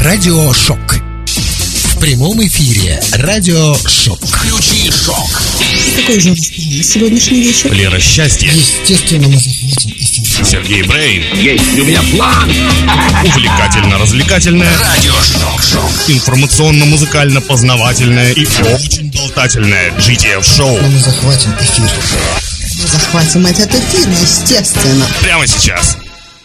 Радиошок. В прямом эфире Радиошок. Включи шок. Какой же на сегодняшний вечер? Лера Счастье. Естественно, мы захватим истину. Сергей Брейн. Есть у меня план. Увлекательно-развлекательное. Радиошок. Информационно-музыкально-познавательное и очень болтательное GTF-шоу. Но мы захватим эфир. Захватим этот эфир, естественно. Прямо сейчас.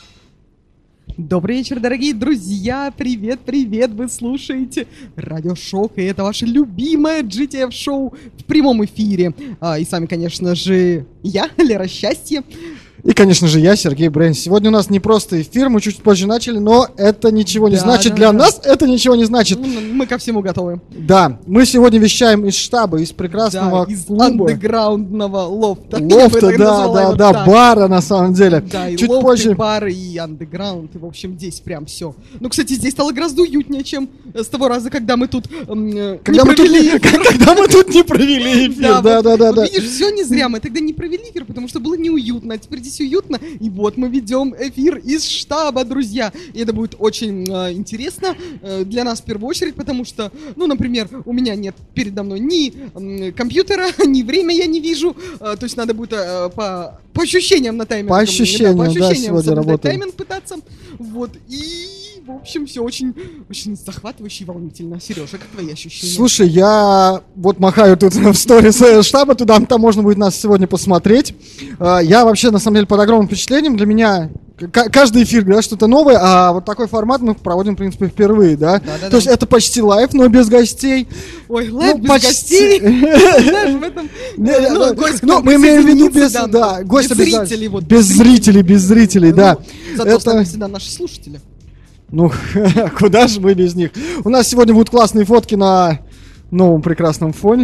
Добрый вечер, дорогие друзья! Привет, привет! Вы слушаете Радиошок, и это ваше любимое GTF-шоу в прямом эфире. И с вами, конечно же, я, Лера Счастье. И, конечно же, я, Сергей Брейн. Сегодня у нас не просто эфир, мы чуть позже начали, но это ничего не значит. Для нас это ничего не значит. Мы ко всему готовы. Да, мы сегодня вещаем из штаба, из прекрасного из клуба. андеграундного лофта. Лофта, бара, на самом деле. Да, и чуть лофт, позже. и бар, и андеграунд, и, в общем, здесь прям все. Ну, кстати, здесь стало гораздо уютнее, чем с того раза, когда мы тут Когда мы тут не провели эфир. Да. Видишь, все не зря, мы тогда не провели эфир, потому что было неуютно, а теперь здесь уютно, и вот мы ведем эфир из штаба, друзья, и это будет очень интересно для нас в первую очередь, потому что, ну, например, у меня нет передо мной ни компьютера, ни время я не вижу, то есть надо будет по ощущениям на тайминг. По ощущениям, сегодня работаем. Тайминг пытаться, вот, и... В общем, все очень, очень захватывающе и волнительно. Сережа, как твои ощущения? Слушай, я вот махаю тут в сторис штаба, там можно будет нас сегодня посмотреть. Я вообще, на самом деле, под огромным впечатлением. Для меня каждый эфир, да, что-то новое, а вот такой формат мы проводим, в принципе, впервые, да? То есть это почти лайв, но без гостей. Ой, лайв без гостей? Знаешь, в этом... Ну, мы имеем в виду без зрителей. Без зрителей, да. Зато с нами всегда наши слушатели. Ну, куда же мы без них? У нас сегодня будут классные фотки на новом прекрасном фоне.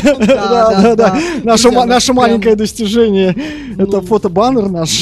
Да. Наше маленькое достижение. Это фотобаннер наш.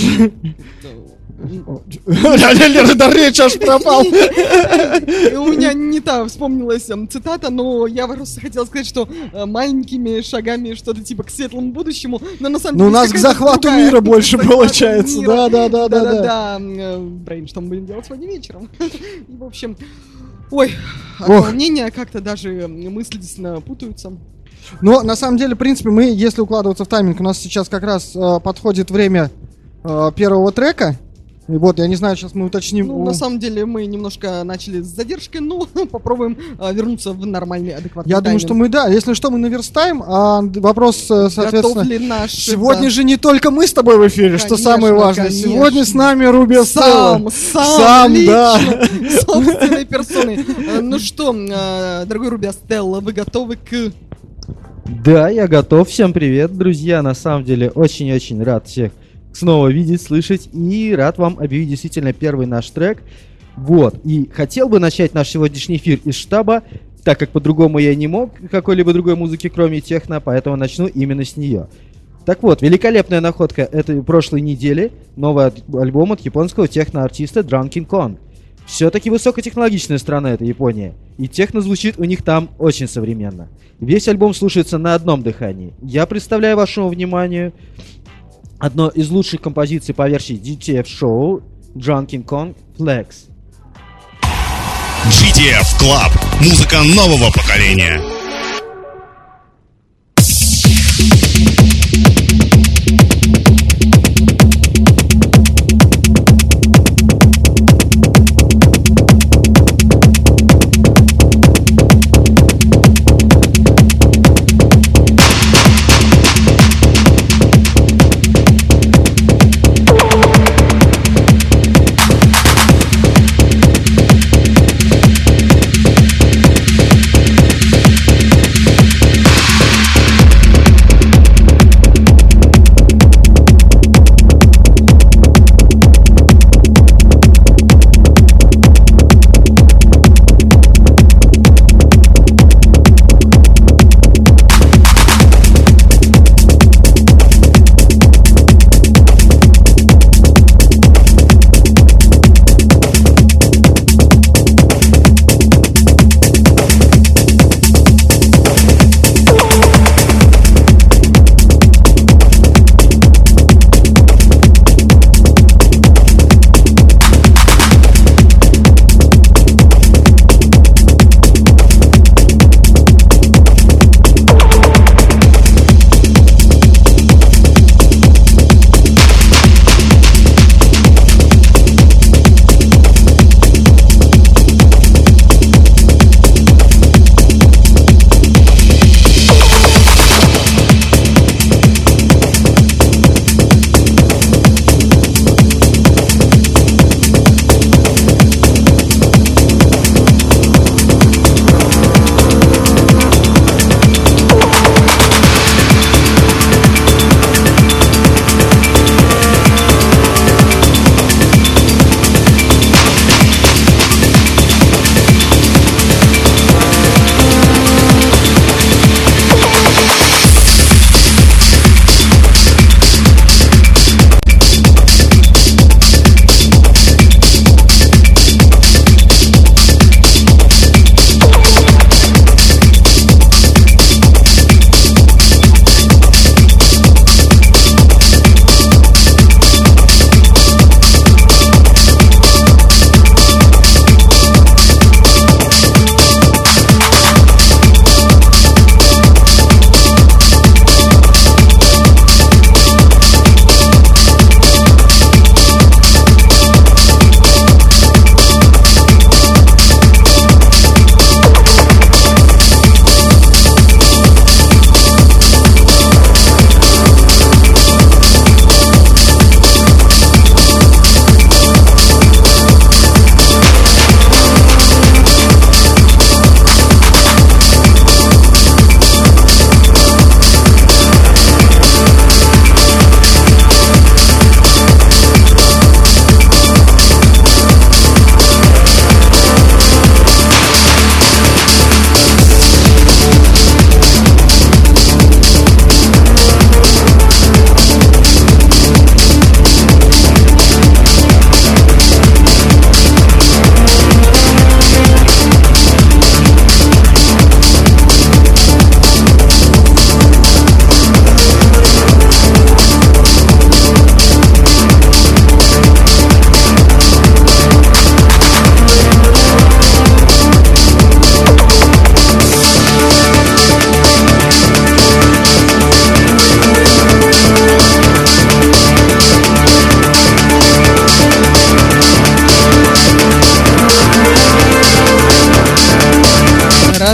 Реально, речь аж пропал. У меня не та вспомнилась цитата, но я просто хотела сказать, что маленькими шагами что-то типа к светлому будущему, но на самом деле... Ну, у нас к захвату мира больше получается. Да. Брейн, что мы будем делать сегодня вечером? В общем, ой, от волнения как-то даже мысли действительно путаются. Но на самом деле, в принципе, мы, если укладываться в тайминг, у нас сейчас как раз подходит время первого трека. И вот, я не знаю, сейчас мы уточним. Ну, на самом деле, мы немножко начали с задержкой, но попробуем вернуться в нормальный, адекватный тайминг. Я думаю, что мы, да, если что, мы наверстаем, а вопрос, соответственно... Готов ли наш... Сегодня же не только мы с тобой в эфире, конечно, что самое важное. Конечно. Сегодня с нами Руби Стелла. Сам, лично, да. Собственной персоной. Ну что, дорогой Руби Стелла, вы готовы к... Да, я готов. Всем привет, друзья. На самом деле, очень-очень рад всех снова видеть, слышать, и рад вам объявить действительно первый наш трек. Вот, и хотел бы начать наш сегодняшний эфир из штаба, так как по-другому я не мог какой-либо другой музыки, кроме техно, поэтому начну именно с нее. Так вот, великолепная находка этой прошлой недели, новый альбом от японского техно-артиста Drunken Kong. Все-таки высокотехнологичная страна это Япония, и техно звучит у них там очень современно. Весь альбом слушается на одном дыхании. Я представляю вашему вниманию одно из лучших композиций по версии GTF-шоу Drunken Kong Flex. GTF Club. Музыка нового поколения.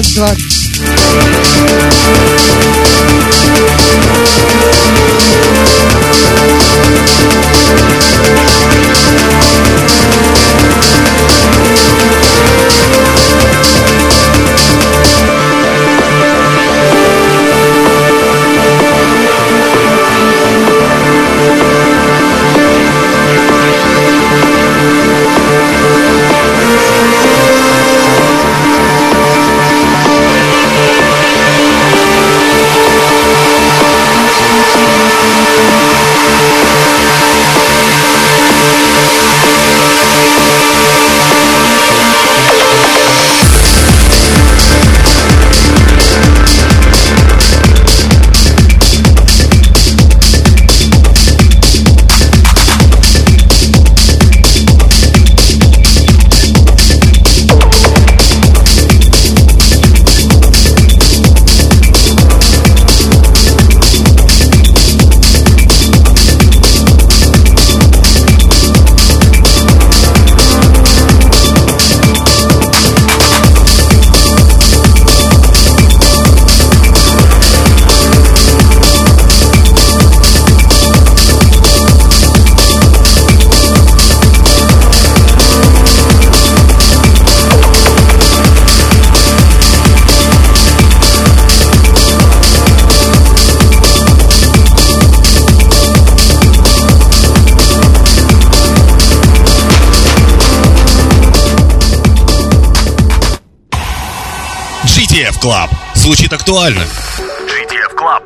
Раз, два. GTF Club. Звучит актуально. GTF Club.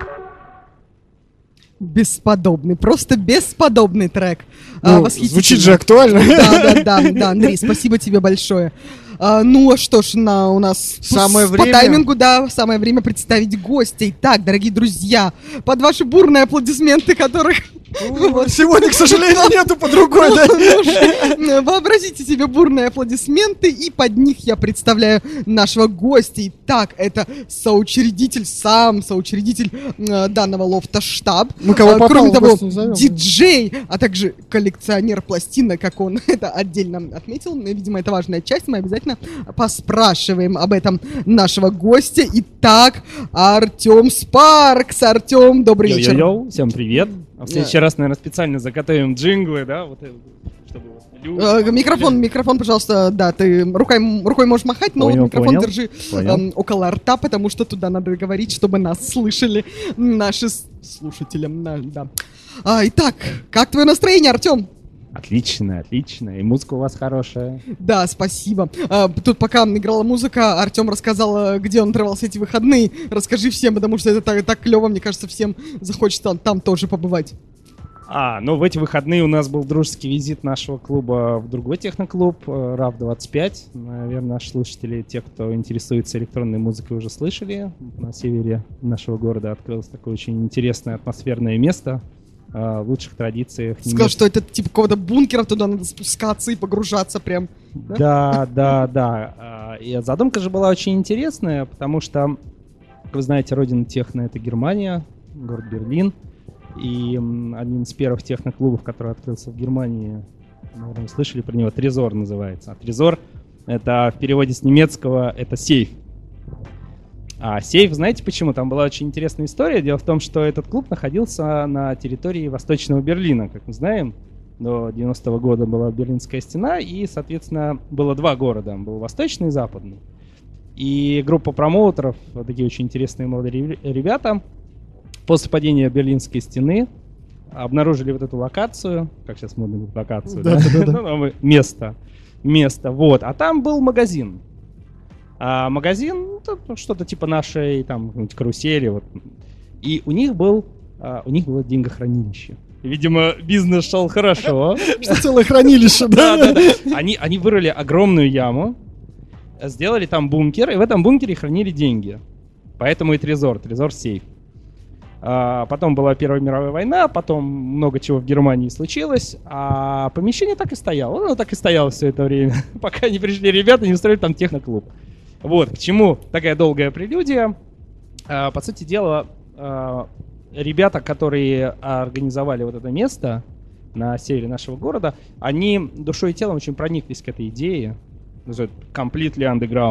Бесподобный, просто бесподобный трек. Ну, Восхитительный. звучит же актуально. Да, Андрей, спасибо тебе большое. Ну, а что ж, у нас Самое по время. таймингу, да, самое время представить гостей. Так, дорогие друзья, под ваши бурные аплодисменты, которых... Сегодня, к сожалению, нету под рукой, да? Вообразите себе бурные аплодисменты, и под них я представляю нашего гостя. Итак, это соучредитель данного лофта «Штаб». Мы кого попало, Кроме того, гостя назовем. диджей, а также коллекционер пластинок, как он это отдельно отметил. Видимо, это важная часть, мы обязательно поспрашиваем об этом нашего гостя. Итак, Артем Спаркс. Артем, добрый вечер. Йо-йо-йо, всем привет. А в следующий раз, наверное, специально заготовим джинглы, да, вот, чтобы люди... Микрофон, пожалуйста, да, ты рукой можешь махать, но Понял, микрофон понял. держи около рта, потому что туда надо говорить, чтобы нас слышали наши слушатели. Да. Итак, как твое настроение, Артем? Отлично, отлично. И музыка у вас хорошая. Да, спасибо. Тут пока играла музыка, Артем рассказал, где он отрывался эти выходные. Расскажи всем, потому что это так клево, мне кажется, всем захочется там тоже побывать. Ну в эти выходные у нас был дружеский визит нашего клуба в другой техноклуб, RAV25. Наверное, наши слушатели, те, кто интересуется электронной музыкой, уже слышали. На севере нашего города открылось такое очень интересное атмосферное место. В лучших традициях. Сказал, что это типа какого-то бункера, туда надо спускаться и погружаться прям. Да. И задумка же была очень интересная, потому что, как вы знаете, родина техно — это Германия, город Берлин. И один из первых техноклубов, который открылся в Германии, наверное, вы слышали про него, Трезор называется. А Трезор — это в переводе с немецкого — это сейф. А сейф, знаете почему? Там была очень интересная история. Дело в том, что этот клуб находился на территории Восточного Берлина. Как мы знаем, до 90-го года была Берлинская стена, и, соответственно, было два города. Был Восточный и Западный. И группа промоутеров, вот такие очень интересные молодые ребята, после падения Берлинской стены обнаружили вот эту локацию, как сейчас модно говорить, локацию, да? Место, вот. А там был магазин. А магазин, что-то типа нашей там карусели, вот. И у них было деньгохранилище. Видимо, бизнес шел хорошо. Что целое хранилище, да? Да. Они вырыли огромную яму, сделали там бункер, и в этом бункере хранили деньги. Поэтому и трезор сейф. Потом была Первая мировая война, потом много чего в Германии случилось, а помещение так и стояло. Оно так и стояло все это время, пока не пришли ребята, не устроили там техноклуб. Вот, к чему такая долгая прелюдия. По сути дела, ребята, которые организовали вот это место на севере нашего города, они душой и телом очень прониклись к этой идее. Completely underground.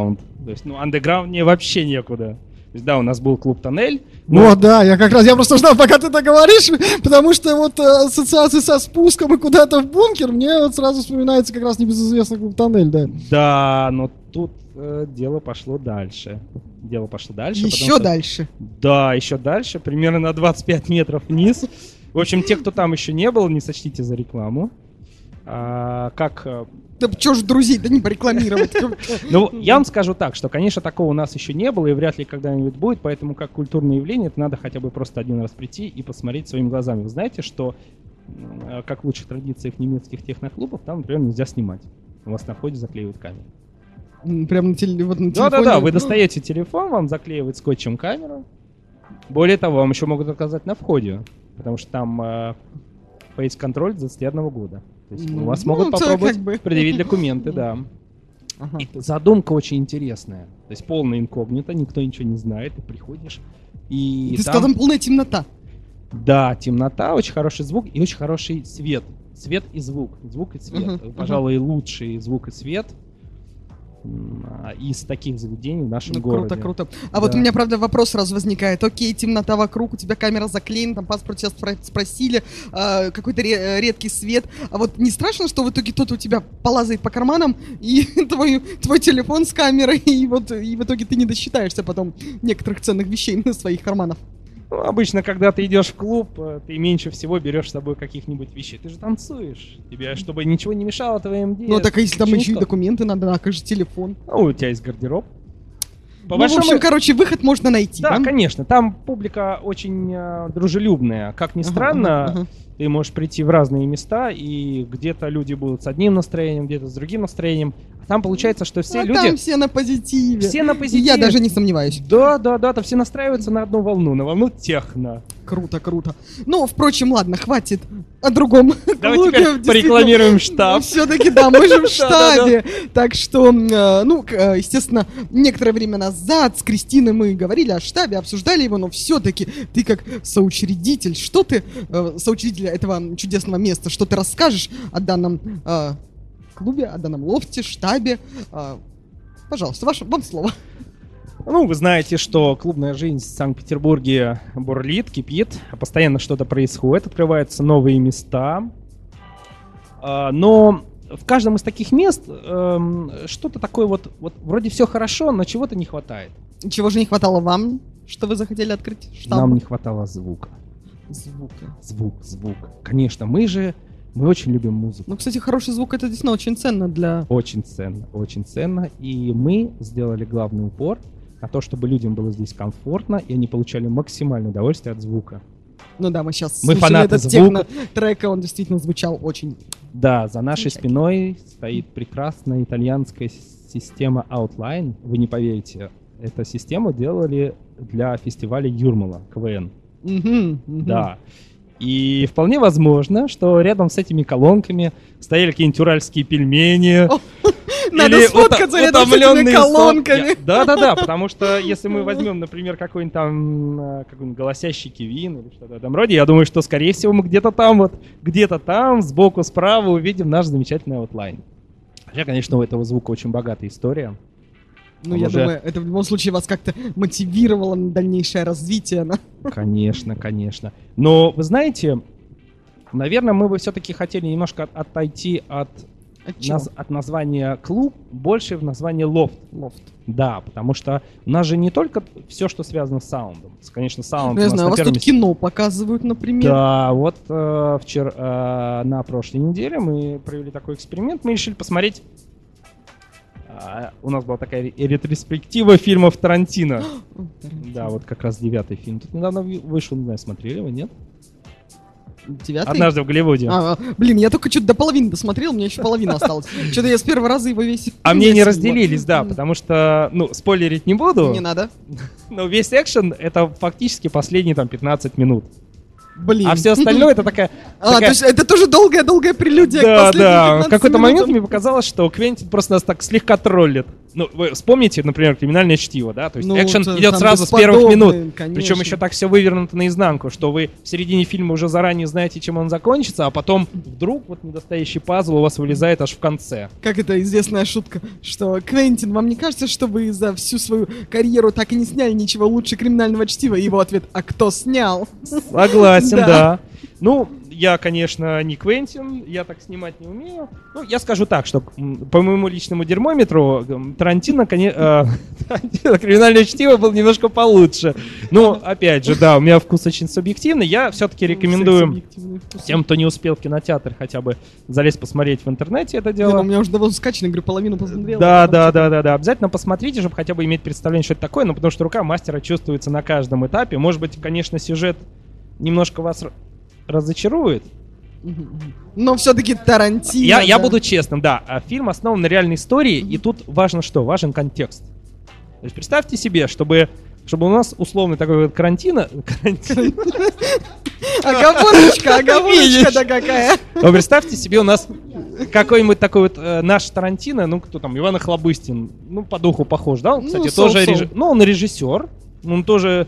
То есть, андеграунднее вообще некуда. То есть, да, у нас был клуб «Тоннель». Вот, да, я просто ждал, пока ты это говоришь, потому что вот ассоциации со спуском и куда-то в бункер, мне вот сразу вспоминается как раз небезызвестный клуб «Тоннель», да. Да, но тут дело пошло дальше. Еще дальше. Да, еще дальше, примерно на 25 метров вниз. В общем, те, кто там еще не был, не сочтите за рекламу. Да чё ж друзей-то не порекламировать? Ну, я вам скажу так, что, конечно, такого у нас еще не было и вряд ли когда-нибудь будет, поэтому как культурное явление это надо хотя бы просто один раз прийти и посмотреть своими глазами. Вы знаете, что, как в лучших традициях немецких техноклубов, там, например, нельзя снимать. У вас на входе заклеивают камеру. Прям на телефоне? Да, вы достаете телефон, вам заклеивают скотчем камеру. Более того, вам еще могут отказать на входе, потому что там фейс-контроль с 21 года. То есть у вас могут попробовать предъявить документы, да. Ага. И задумка очень интересная. То есть полное инкогнито, никто ничего не знает, ты приходишь и ты сказал, там полная темнота. Да, темнота, очень хороший звук и очень хороший свет. Свет и звук. Звук и свет. Пожалуй, лучший звук и свет из таких заведений в нашем городе. Круто. А вот у меня, правда, вопрос сразу возникает. Окей, темнота вокруг, у тебя камера заклеена, там паспорт тебя спросили, какой-то редкий свет. А вот не страшно, что в итоге кто-то у тебя полазает по карманам, и твой телефон с камерой, и в итоге ты не досчитаешься потом некоторых ценных вещей на своих карманах? Ну, обычно, когда ты идешь в клуб, ты меньше всего берешь с собой каких-нибудь вещей. Ты же танцуешь. Тебе, чтобы ничего не мешало твоим действиям. Ну, так а если там еще и документы надо, окажи телефон. Ну, у тебя есть гардероб. В общем, выход можно найти. Да, конечно. Там публика очень дружелюбная. Как ни странно, ты можешь прийти в разные места, и где-то люди будут с одним настроением, где-то с другим настроением. А там получается, что все люди... там все на позитиве. Все на позитиве. Я даже не сомневаюсь. Да, там все настраиваются на одну волну, на волну техно. Круто. Ну, впрочем, ладно, хватит о другом. Давай теперь порекламируем штаб. Все-таки, да, мы же в штабе. Так что, естественно, некоторое время назад с Кристиной мы говорили о штабе, обсуждали его, но все-таки ты как соучредитель, соучредитель этого чудесного места, что ты расскажешь о данном клубе, о данном лофте, штабе? Пожалуйста, вам слово. Ну, вы знаете, что клубная жизнь в Санкт-Петербурге бурлит, кипит, постоянно что-то происходит, открываются новые места. Но в каждом из таких мест что-то такое вот вроде все хорошо, но чего-то не хватает. Чего же не хватало вам, что вы захотели открыть штаб? Нам не хватало звука. Звук. Конечно, мы очень любим музыку. Ну, кстати, хороший звук — это действительно очень ценно для... Очень ценно. И мы сделали главный упор на то, чтобы людям было здесь комфортно, и они получали максимальное удовольствие от звука. Ну да, мы сейчас слушали этот техно-трек, он действительно звучал очень... Да, за нашей спиной стоит прекрасная итальянская система Outline. Вы не поверите, эту систему делали для фестиваля Юрмала, КВН. Да. И вполне возможно, что рядом с этими колонками стояли какие-нибудь уральские пельмени. Надо сфоткаться рядом с этими колонками. Да, потому что если мы возьмем, например, какой-нибудь голосящий Кивин или что-то в этом роде, я думаю, что, скорее всего, мы где-то там, сбоку, справа увидим наш замечательный аутлайн. Хотя, конечно, у этого звука очень богатая история. Ну, я думаю, это в любом случае вас как-то мотивировало на дальнейшее развитие. Конечно. Но, вы знаете, наверное, мы бы все-таки хотели немножко отойти от названия клуб, больше в название лофт. Да, потому что у нас же не только все, что связано с саундом. Конечно, саунд у нас у вас тут кино показывают, например. Да, вот вчера, на прошлой неделе мы провели такой эксперимент. Мы решили посмотреть. У нас была такая ретроспектива фильмов Тарантино. Да, вот как раз 9-й фильм. Тут недавно вышел, не знаю, смотрели вы, нет? 9-й? «Однажды в Голливуде». Блин, я только что-то до половины досмотрел, у меня еще половина осталась. Что-то я с первого раза его весь... А мне не разделились, да, потому что, спойлерить не буду. Не надо. Но весь экшен — это фактически последние 15 минут. Блин. А все остальное это такая... То есть это тоже долгая прелюдия к Да, последним да. В 15 какой-то момент минутам. мне показалось, что Квентин просто нас так слегка троллит. Ну, вы вспомните, например, «Криминальное чтиво», да? То есть Ну, экшен там идет сразу с первых бесподобный, минут. конечно. Причем еще так все вывернуто наизнанку, что вы в середине фильма уже заранее знаете, чем он закончится, а потом вдруг вот недостающий пазл у вас вылезает аж в конце. Как это известная шутка, что Квентин, вам не кажется, что вы за всю свою карьеру так и не сняли ничего лучше «Криминального чтива»? И его ответ: а кто снял? Согласен, Да. да. Ну, я, конечно, не Квентин, я так снимать не умею. Ну, я скажу так, что по моему личному дермометру Тарантино, «Криминальное чтиво» был немножко получше. Ну, опять же, да, у меня вкус очень субъективный. Я все-таки рекомендую тем, кто не успел в кинотеатр, хотя бы залезть посмотреть в интернете это У дело. меня уже давно скачано, говорю, половину посмотрел. Да. Вообще. Обязательно посмотрите, чтобы хотя бы иметь представление, что это такое, ну, потому что рука мастера чувствуется на каждом этапе. Может быть, конечно, сюжет немножко вас разочарует. Но все-таки Тарантино. Я да. буду честным, да. Фильм основан на реальной истории, и тут важно что? Важен контекст. То есть представьте себе, чтобы у нас условный такой вот карантин. Оговорочка-то какая. Но представьте себе, у нас какой-нибудь такой вот наш Тарантино, ну кто там, Иван Охлобыстин, ну по духу похож, да? Он, кстати, тоже он режиссер, он тоже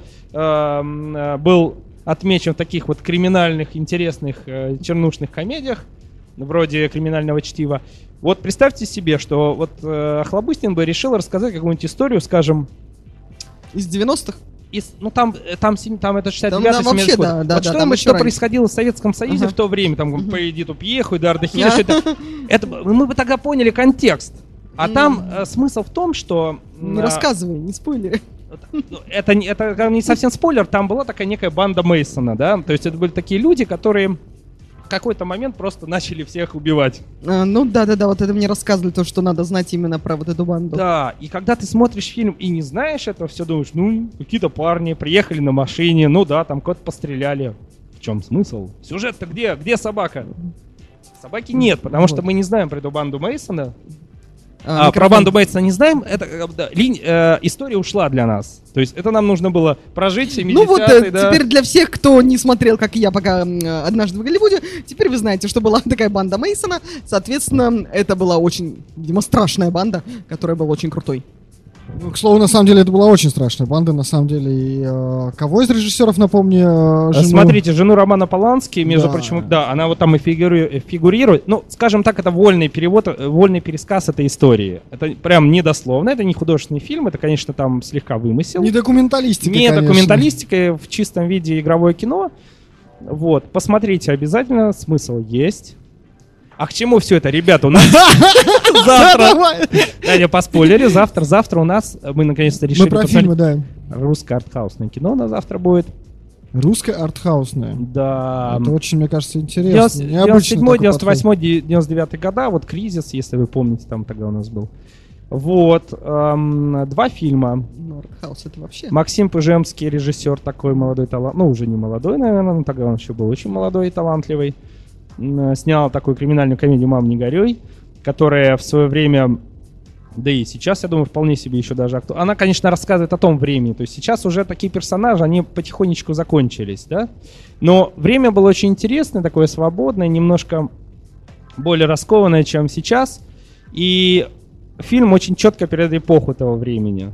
был отмечен в таких вот криминальных, интересных, чернушных комедиях, вроде «Криминального чтива». Вот представьте себе, что вот Охлобыстин бы решил рассказать какую-нибудь историю, скажем... Из 90-х? Ну там это 69-й, Да, вообще, 70-й. да, Вот да, что, там мы, еще что раньше. происходило в Советском Союзе в то время, там, по Эдиту Пьеху, Эдуарда Хиля, что это, мы бы тогда поняли контекст. А там смысл в том, что... Не рассказывай, не спойлери. Это не совсем спойлер, там была такая некая банда Мейсона, да, то есть это были такие люди, которые в какой-то момент просто начали всех убивать. Ну да, вот это мне рассказывали, то, что надо знать именно про вот эту банду. Да, и когда ты смотришь фильм и не знаешь этого, все думаешь, ну, какие-то парни приехали на машине, ну да, там кого-то постреляли. В чем смысл? Сюжет-то где? Где собака? Собаки нет, потому что мы не знаем про эту банду Мейсона. Про банду Мейсона не знаем, история ушла для нас. То есть это нам нужно было прожить 70-е, Ну вот, да. теперь для всех, кто не смотрел, как и я, пока «Однажды в Голливуде», теперь вы знаете, что была такая банда Мейсона. Соответственно, это была очень, видимо, страшная банда, которая была очень крутой. Ну, к слову, на самом деле, это была очень страшная банда, на самом деле. И кого из режиссеров, напомни, жену? Смотрите, жену Романа Полански, между Да. прочим, да, она вот там и фигурирует. Ну, скажем так, это вольный перевод, вольный пересказ этой истории. Это прям недословно, это не художественный фильм, это, конечно, там слегка вымысел. Не документалистика, Не конечно. документалистика, в чистом виде игровое кино. Вот, посмотрите обязательно, смысл есть. А к чему все это, ребята? У нас завтра... Да, я по спойлерю, завтра у нас, мы наконец-то решили... Мы про фильмы, да. Русское артхаусное кино на завтра будет. Русское артхаусное. Да. Это очень, мне кажется, интересно. 97, 98, 99 года, вот «Кризис», если вы помните, там тогда у нас был. Вот, 2 фильма. Ну, артхаус это вообще... Максим Пыжемский, режиссер такой молодой талант, ну уже не молодой, наверное, но тогда он еще был очень молодой и талантливый. Снял такую криминальную комедию «Мам, не горюй», которая в свое время, да и сейчас, я думаю, вполне себе еще даже актуальна. Она, конечно, рассказывает о том времени, то есть сейчас уже такие персонажи, они потихонечку закончились, да? Но время было очень интересное, такое свободное, немножко более раскованное, чем сейчас, и фильм очень четко передает эпоху того времени.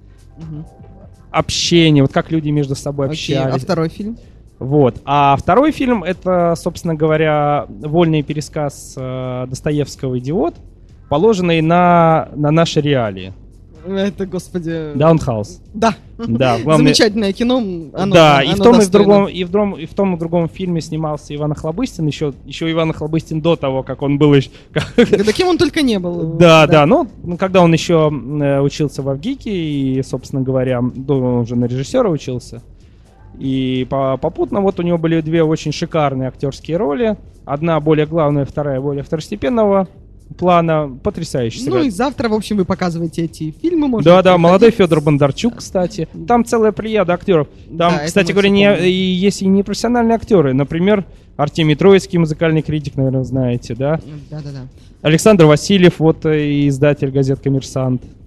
Общение, вот как люди между собой общались. А второй фильм? Вот. А второй фильм — это, собственно говоря, вольный пересказ Достоевского «Идиот», положенный на наши реалии. Это, господи... Даунхаус. Да. Да, главное... Замечательное кино. Да, оно и в том достойно. и в том и другом фильме снимался Иван Охлобыстин. Еще Иван Охлобыстин до того, как он был еще... Да кем он только не был. Да, ну, когда он еще учился в Авгике и, собственно говоря, он уже на режиссера учился. И попутно вот у него были 2 очень шикарные актерские роли. Одна более главная, вторая более второстепенного плана. Потрясающе Ну сыграли. и завтра, в общем, вы показываете эти фильмы. Да, молодой Федор Бондарчук, кстати. Там целая плеяда актеров. Там, Да, кстати это мы говоря, все помним. есть и непрофессиональные актеры. Например, Артемий Троицкий, музыкальный критик, наверное, знаете, да? Да. Александр Васильев, вот издатель газет «Коммерсант».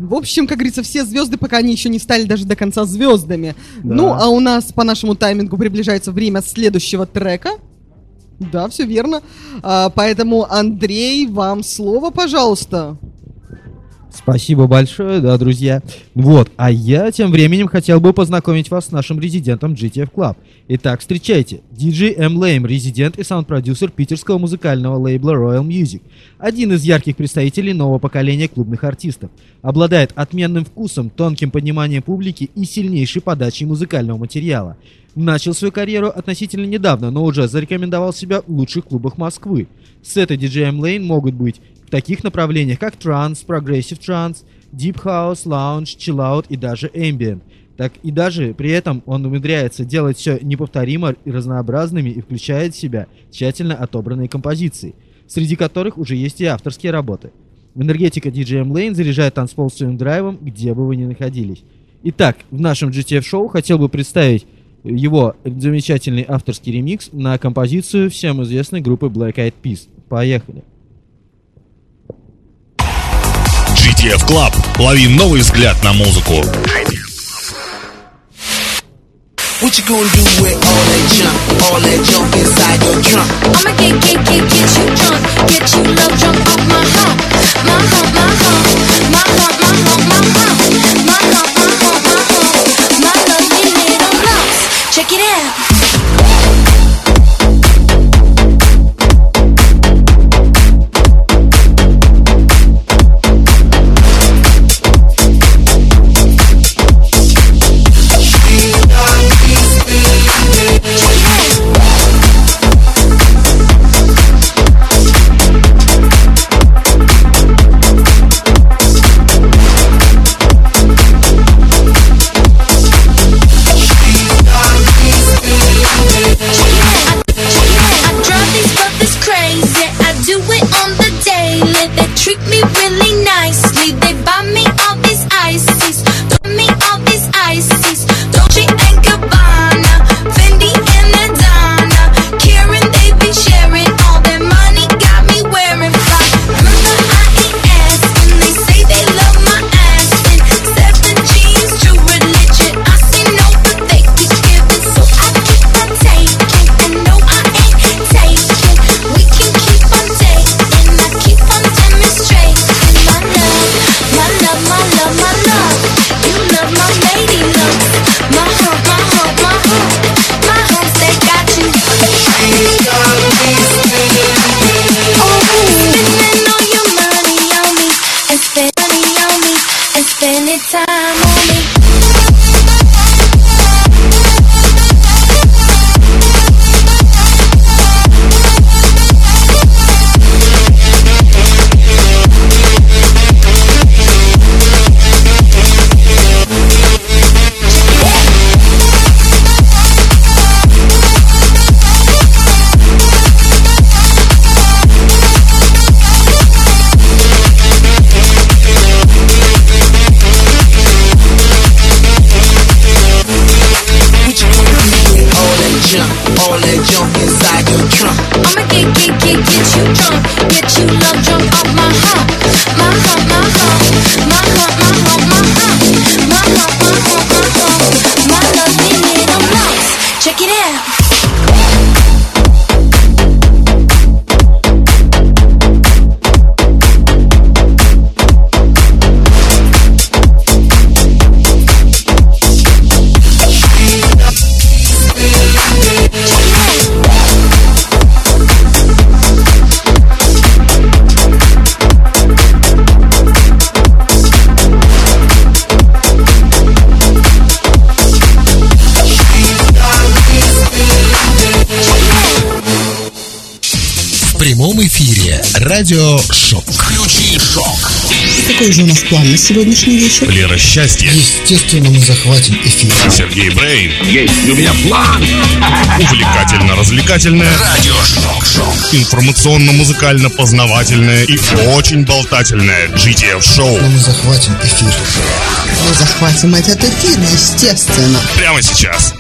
В общем, как говорится, все звезды, пока они еще не стали даже до конца звездами. Да. Ну, а у нас по нашему таймингу приближается время следующего трека. Да, все верно. Поэтому, Андрей, вам слово, пожалуйста. Спасибо большое, да, друзья. Вот, а я тем временем хотел бы познакомить вас с нашим резидентом GTF Club. Итак, встречайте, DJ M. Lame, резидент и саунд-продюсер питерского музыкального лейбла Royal Music. Один из ярких представителей нового поколения клубных артистов. Обладает отменным вкусом, тонким пониманием публики и сильнейшей подачей музыкального материала. Начал свою карьеру относительно недавно, но уже зарекомендовал себя в лучших клубах Москвы. Сеты DJ M. Lame могут быть в таких направлениях, как транс, прогрессив транс, deep house, lounge, chill out и даже ambient. Так и даже при этом он умудряется делать все неповторимо и разнообразными и включает в себя тщательно отобранные композиции, среди которых уже есть и авторские работы. Энергетика DJ M. Lame заряжает танцпол своим драйвом, где бы вы ни находились. Итак, в нашем GTF-шоу хотел бы представить его замечательный авторский ремикс на композицию всем известной группы Black Eyed Peas. Поехали! GTF Club. Лови новый взгляд на музыку. What you gonna do with all that junk inside your trunk? I'ma get you drunk, get you love drunk off my hump, my hump, my hump, my hump, my hump, my hump, my hump, my hump, my hump, my lovely little lumps. Check it out. В прямом эфире Радио Шок. Включи шок. Какой же у нас план на сегодняшний вечер? Лера Счастье. Естественно, мы захватим эфир. Сергей Брейн. Есть у меня план. Увлекательно-развлекательное. Радио Шок. Информационно-музыкально-познавательное и очень болтательное GTF-шоу. Мы захватим эфир. Мы захватим этот эфир, естественно. Прямо сейчас.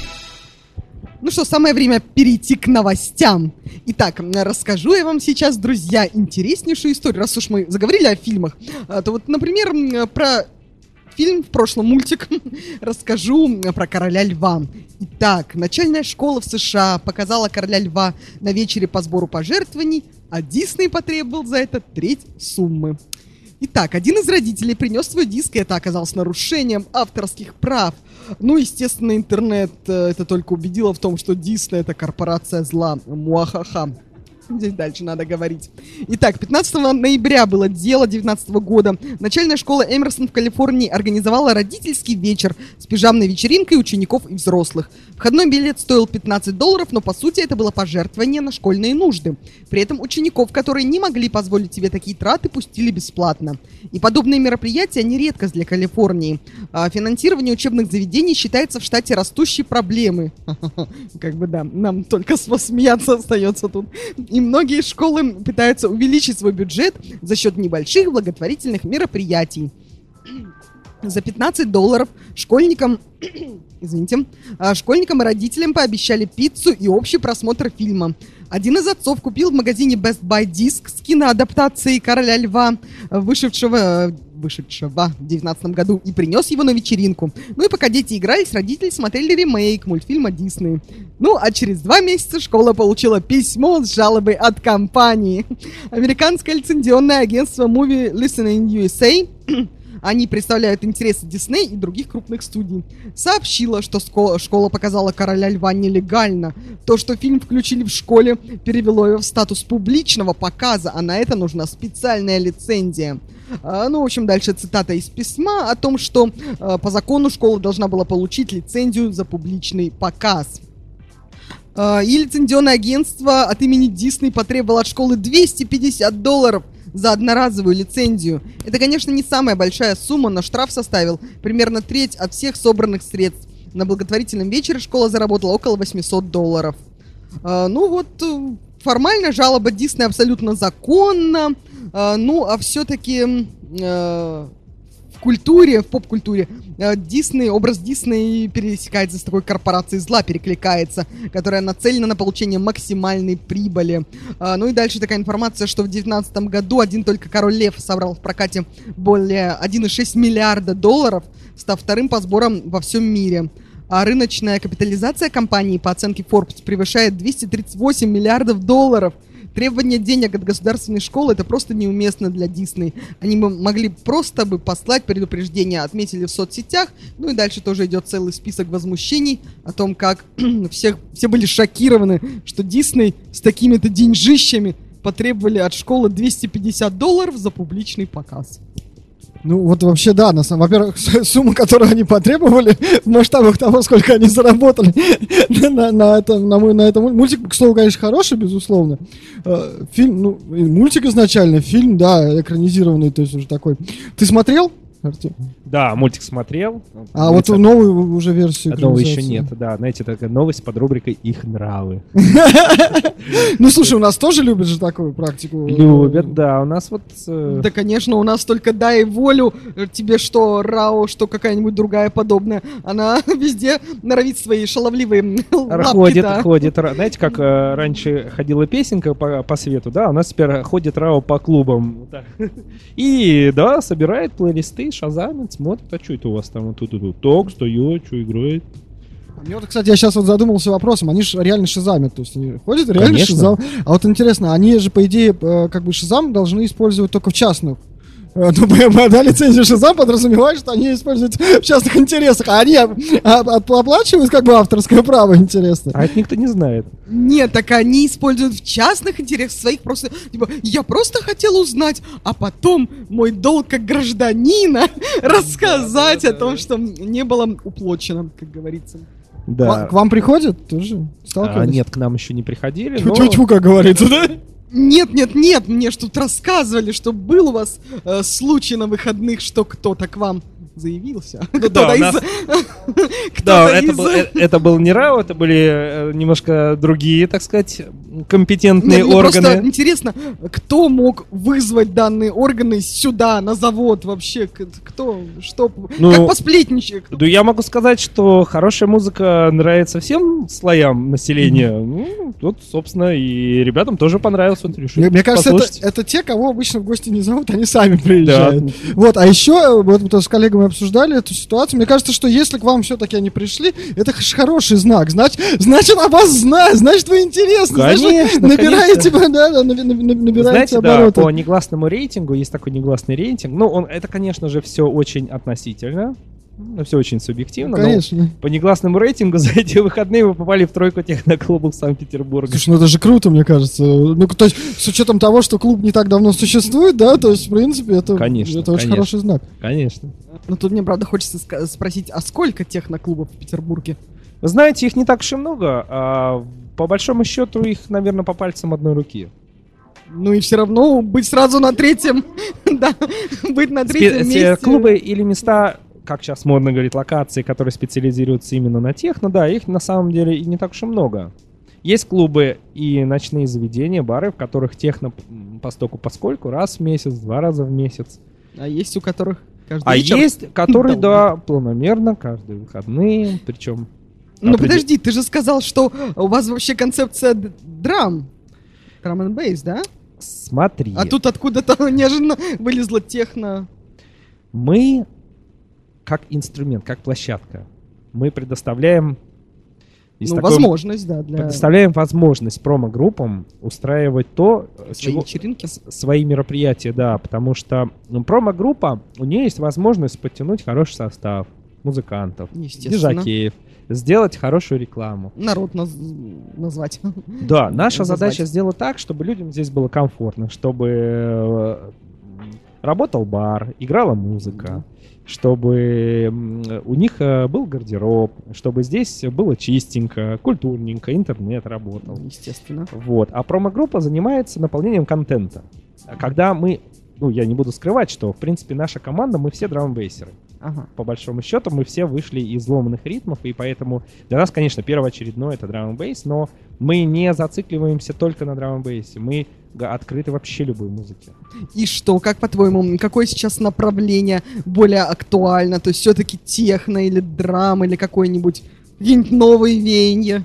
Ну что, самое время перейти к новостям. Итак, расскажу я вам сейчас, друзья, интереснейшую историю. Раз уж мы заговорили о фильмах, то вот, например, про фильм, в прошлом мультик, расскажу про Короля Льва. Итак, начальная школа в США показала Короля Льва на вечере по сбору пожертвований, а Дисней потребовал за это треть суммы. Итак, один из родителей принес свой диск, и это оказалось нарушением авторских прав. Ну, естественно, интернет это только убедило в том, что Дисней — это корпорация зла. Муахаха. Здесь дальше надо говорить. Итак, 15 ноября было дело 2019 года. Начальная школа Эмерсон в Калифорнии организовала родительский вечер с пижамной вечеринкой учеников и взрослых. Входной билет стоил $15, но по сути это было пожертвование на школьные нужды. При этом учеников, которые не могли позволить себе такие траты, пустили бесплатно. И подобные мероприятия не редкость для Калифорнии. Финансирование учебных заведений считается в штате растущей проблемой. Как бы да, нам только смеяться остается тут. И многие школы пытаются увеличить свой бюджет за счет небольших благотворительных мероприятий. За $15 школьникам, школьникам и родителям пообещали пиццу и общий просмотр фильма. Один из отцов купил в магазине Best Buy диск с киноадаптацией «Короля Льва», вышедшего в 2019 году, и принес его на вечеринку. Ну и пока дети игрались, родители смотрели ремейк мультфильма Дисней. Ну, а через 2 месяца школа получила письмо с жалобой от компании. Американское лицензионное агентство Movie Listening USA, они представляют интересы Дисней и других крупных студий, сообщила, что школа показала «Короля Льва» нелегально. То, что фильм включили в школе, перевело его в статус публичного показа, а на это нужна специальная лицензия. Ну, в общем, дальше цитата из письма о том, что по закону школа должна была получить лицензию за публичный показ. И лицензионное агентство от имени Дисней потребовало от школы $250 за одноразовую лицензию. Это, конечно, не самая большая сумма, но штраф составил примерно треть от всех собранных средств. На благотворительном вечере школа заработала около $800. Ну вот, формально жалоба Дисней абсолютно законна. Ну, а все-таки в культуре, в поп-культуре Дисней, образ Дисней пересекается с такой корпорацией зла, перекликается, которая нацелена на получение максимальной прибыли. Ну и дальше такая информация, что в 2019 году один только Король Лев собрал в прокате более $1,6 миллиарда, став вторым по сборам во всем мире. А рыночная капитализация компании по оценке Forbes превышает $238 миллиардов. Требование денег от государственной школы — это просто неуместно для Дисней. Они бы могли просто послать предупреждение, отметили в соцсетях. Ну и дальше тоже идет целый список возмущений о том, как все были шокированы, что Дисней с такими-то деньжищами потребовали от школы $250 за публичный показ. Ну, вот вообще, да, во-первых, сумма, которую они потребовали в масштабах того, сколько они заработали на этом мультик, к слову, конечно, хороший, безусловно. Фильм, ну, мультик изначально, фильм, да, экранизированный, то есть уже такой. Ты смотрел, Артем? Да, мультик смотрел. А вот новую уже версию. Новой еще нет, да. Знаете, такая новость под рубрикой «Их нравы». Ну, слушай, у нас тоже любят же такую практику. Любят, да. У нас вот... Да, конечно, у нас только дай волю тебе, что Рао, что какая-нибудь другая подобная. Она везде норовит свои шаловливые лапки. Ходит. Знаете, как раньше ходила песенка по свету, да? У нас теперь ходит Рао по клубам. И, да, собирает плейлисты, шазамит, смотрит, а что это у вас там вот тут так, стоит, что играет. Мне вот, кстати, я сейчас вот задумался вопросом, они же реально шизамят, то есть они ходят реально шизам. А вот интересно, они же, по идее, как бы шизам должны использовать только в частных. Ну, да, лицензию Шазам подразумевает, что они используют в частных интересах, а они оплачивают как бы авторское право, интересно. А это никто не знает. Нет, так они используют в частных интересах своих просто, типа, я просто хотел узнать, а потом мой долг как гражданина рассказать о том, что не было уплочено, как говорится. Да. К вам приходят тоже? Сталкивались? Нет, к нам еще не приходили. Тьфу-тьфу, как говорится, да? Нет, мне ж тут рассказывали, что был у вас случай на выходных, что кто-то к вам заявился. Это был не РАО, это были немножко другие, так сказать, компетентные органы. Просто интересно, кто мог вызвать данные органы сюда, на завод вообще? Кто, что, как посплетничек? Да, я могу сказать, что хорошая музыка нравится всем слоям населения. Ну, тут, собственно, и ребятам тоже понравилось. Мне кажется, это те, кого обычно в гости не зовут, они сами приезжают. Вот, а еще, вот с коллегами мы обсуждали эту ситуацию. Мне кажется, что если к вам все-таки они пришли, это хороший знак. Значит, о вас знают, значит, вы интересны. Значит, вы набираете, набираете Знаете, обороты. да, по негласному рейтингу, есть такой негласный рейтинг. Ну, это, конечно же, все очень относительно. Все очень субъективно. Конечно. Но по негласному рейтингу за эти выходные вы попали в тройку техноклубов Санкт-Петербурга. Слушай, ну это же круто, мне кажется. Ну, то есть, с учетом того, что клуб не так давно существует, да, то есть, в принципе, это очень хороший знак. Конечно. Но тут мне, правда, хочется спросить, а сколько техноклубов в Петербурге? Вы знаете, их не так уж и много. По большому счету, их, наверное, по пальцам одной руки. Ну и все равно быть сразу на третьем, да, быть на третьем месте. Клубы или места, как сейчас модно говорить, локации, которые специализируются именно на техно, да, их на самом деле и не так уж и много. Есть клубы и ночные заведения, бары, в которых техно поскольку раз в месяц, 2 раза в месяц. А есть у которых каждый вечер? А есть, которые, да, планомерно, каждые выходные, причем... Ну подожди, ты же сказал, что у вас вообще концепция драм and bass, да? Смотри. А тут откуда-то неожиданно вылезла техно. Мы, как инструмент, как площадка, мы предоставляем... возможность, да. Предоставляем возможность промо-группам устраивать вечеринки? Свои мероприятия, да, потому что промо-группа, у нее есть возможность подтянуть хороший состав музыкантов, дижакеев, сделать хорошую рекламу. Народ назвать. Да, наша задача сделать так, чтобы людям здесь было комфортно, чтобы работал бар, играла музыка, чтобы у них был гардероб, чтобы здесь было чистенько, культурненько, интернет работал. Естественно. Вот. А промо-группа занимается наполнением контента. Когда мы, я не буду скрывать, что, в принципе, наша команда, мы все драм-н-бейсеры. Ага. По большому счету, мы все вышли из ломаных ритмов, и поэтому для нас, конечно, первоочередное это драм-н-бейс, но мы не зацикливаемся только на драм-н-бейсе, мы открыты вообще любой музыке. И что, как по-твоему, какое сейчас направление более актуально? То есть все-таки техно или драм, или какой-нибудь какие-нибудь новые веяния?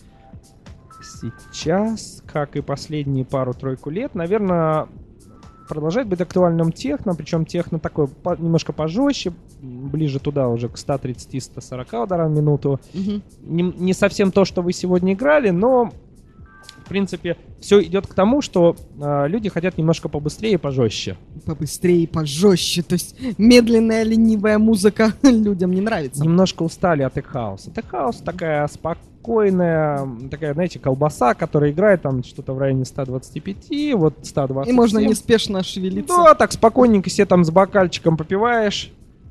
Сейчас, как и последние пару-тройку лет, наверное, продолжает быть актуальным техно, причем техно такое немножко пожестче, ближе туда уже к 130-140 ударам в минуту. Угу. Не совсем то, что вы сегодня играли, но в принципе все идет к тому, что люди хотят немножко побыстрее и пожестче. Побыстрее и пожестче, то есть медленная ленивая музыка людям не нравится. Немножко устали от теххауса. Теххаус такая спокойная, такая, знаете, колбаса, которая играет там что-то в районе 125, вот 120. И можно неспешно шевелиться. Да, так спокойненько себе там с бокальчиком попиваешь.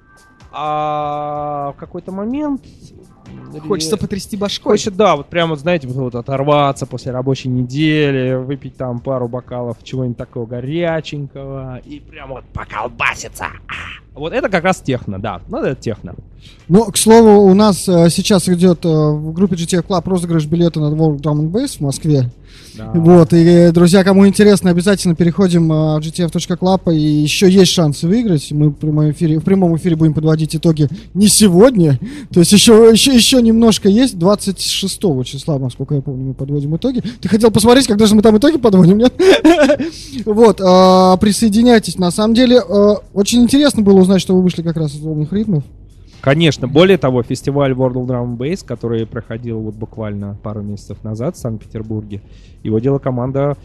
А в какой-то момент... Хочется потрясти башкой. Хочется, да, вот прямо, знаете, вот оторваться после рабочей недели, выпить там пару бокалов чего-нибудь такого горяченького и прямо вот поколбаситься. Вот это как раз техно, да. Ну, это техно. Ну, к слову, у нас сейчас идет в группе GTF Club розыгрыш билета на World Drum and Bass в Москве. Да. Вот, и, друзья, кому интересно, обязательно переходим в gtf.club, и еще есть шанс выиграть. Мы в прямом эфире будем подводить итоги не сегодня, то есть еще немножко есть. 26 числа, насколько я помню, мы подводим итоги. Ты хотел посмотреть, когда же мы там итоги подводим, нет? Вот, присоединяйтесь. На самом деле, очень интересно было узнать, что вы вышли как раз из ломных ритмов. Конечно, более того, фестиваль World Drum and Bass, который проходил вот буквально пару месяцев назад в Санкт-Петербурге, его делала команда